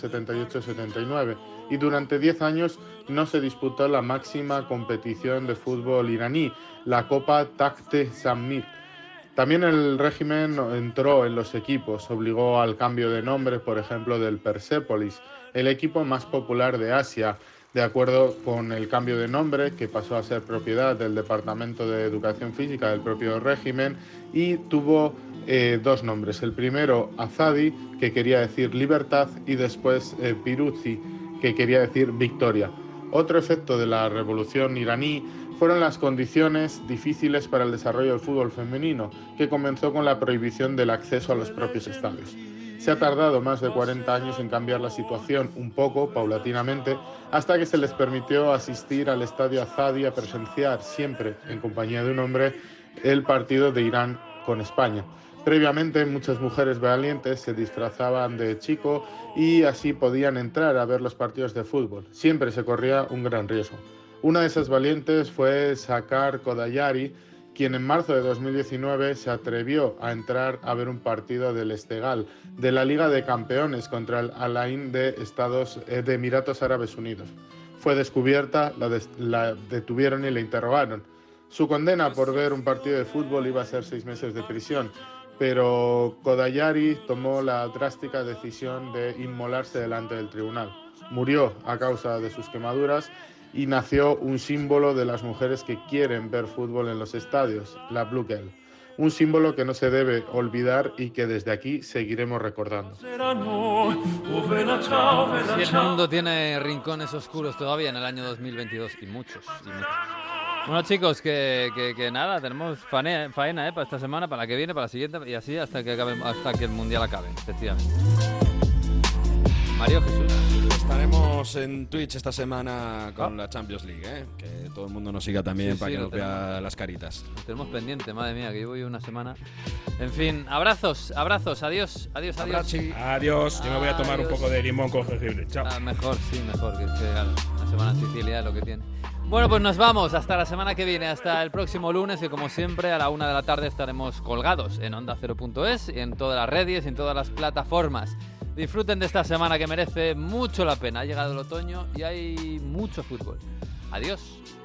S12: 78-79 y durante 10 años no se disputó la máxima competición de fútbol iraní, la Copa Takht Sammit. También el régimen entró en los equipos, obligó al cambio de nombre, por ejemplo, del Persepolis, el equipo más popular de Asia, de acuerdo con el cambio de nombre, que pasó a ser propiedad del Departamento de Educación Física del propio régimen, y tuvo 2 nombres. El primero, Azadi, que quería decir libertad, y después Piruzi, que quería decir victoria. Otro efecto de la revolución iraní fueron las condiciones difíciles para el desarrollo del fútbol femenino, que comenzó con la prohibición del acceso a los propios estadios. Se ha tardado más de 40 años en cambiar la situación, un poco, paulatinamente, hasta que se les permitió asistir al estadio Azadi a presenciar, siempre en compañía de un hombre, el partido de Irán con España. Previamente, muchas mujeres valientes se disfrazaban de chico y así podían entrar a ver los partidos de fútbol. Siempre se corría un gran riesgo. Una de esas valientes fue Sakar Kodayari, quien en marzo de 2019 se atrevió a entrar a ver un partido del Esteghlal, de la Liga de Campeones contra el Al-Ain de Emiratos Árabes Unidos. Fue descubierta, la detuvieron y la interrogaron. Su condena por ver un partido de fútbol iba a ser 6 meses de prisión, pero Kodayari tomó la drástica decisión de inmolarse delante del tribunal. Murió a causa de sus quemaduras y nació un símbolo de las mujeres que quieren ver fútbol en los estadios, la Blue Girl. Un símbolo que no se debe olvidar y que desde aquí seguiremos recordando.
S1: Si el mundo tiene rincones oscuros todavía en el año 2022, y muchos. Bueno, chicos, que nada, tenemos faena para esta semana, para la que viene, para la siguiente, y así hasta que el Mundial acabe, efectivamente. Mario Jesús.
S6: Estaremos en Twitch esta semana con la Champions League, que todo el mundo nos siga también para que nos vea las caritas.
S1: Lo tenemos pendiente, madre mía, que llevo yo una semana. En fin, abrazos, adiós.
S5: Adiós, yo me voy a tomar un poco de limón con jengibre. Chao.
S1: Mejor, que es que claro, la semana en Sicilia es lo que tiene. Bueno, pues nos vamos hasta la semana que viene, hasta el próximo lunes, que como siempre a la 1 de la tarde estaremos colgados en OndaCero.es, en todas las redes y en todas las plataformas. Disfruten de esta semana que merece mucho la pena. Ha llegado el otoño y hay mucho fútbol. Adiós.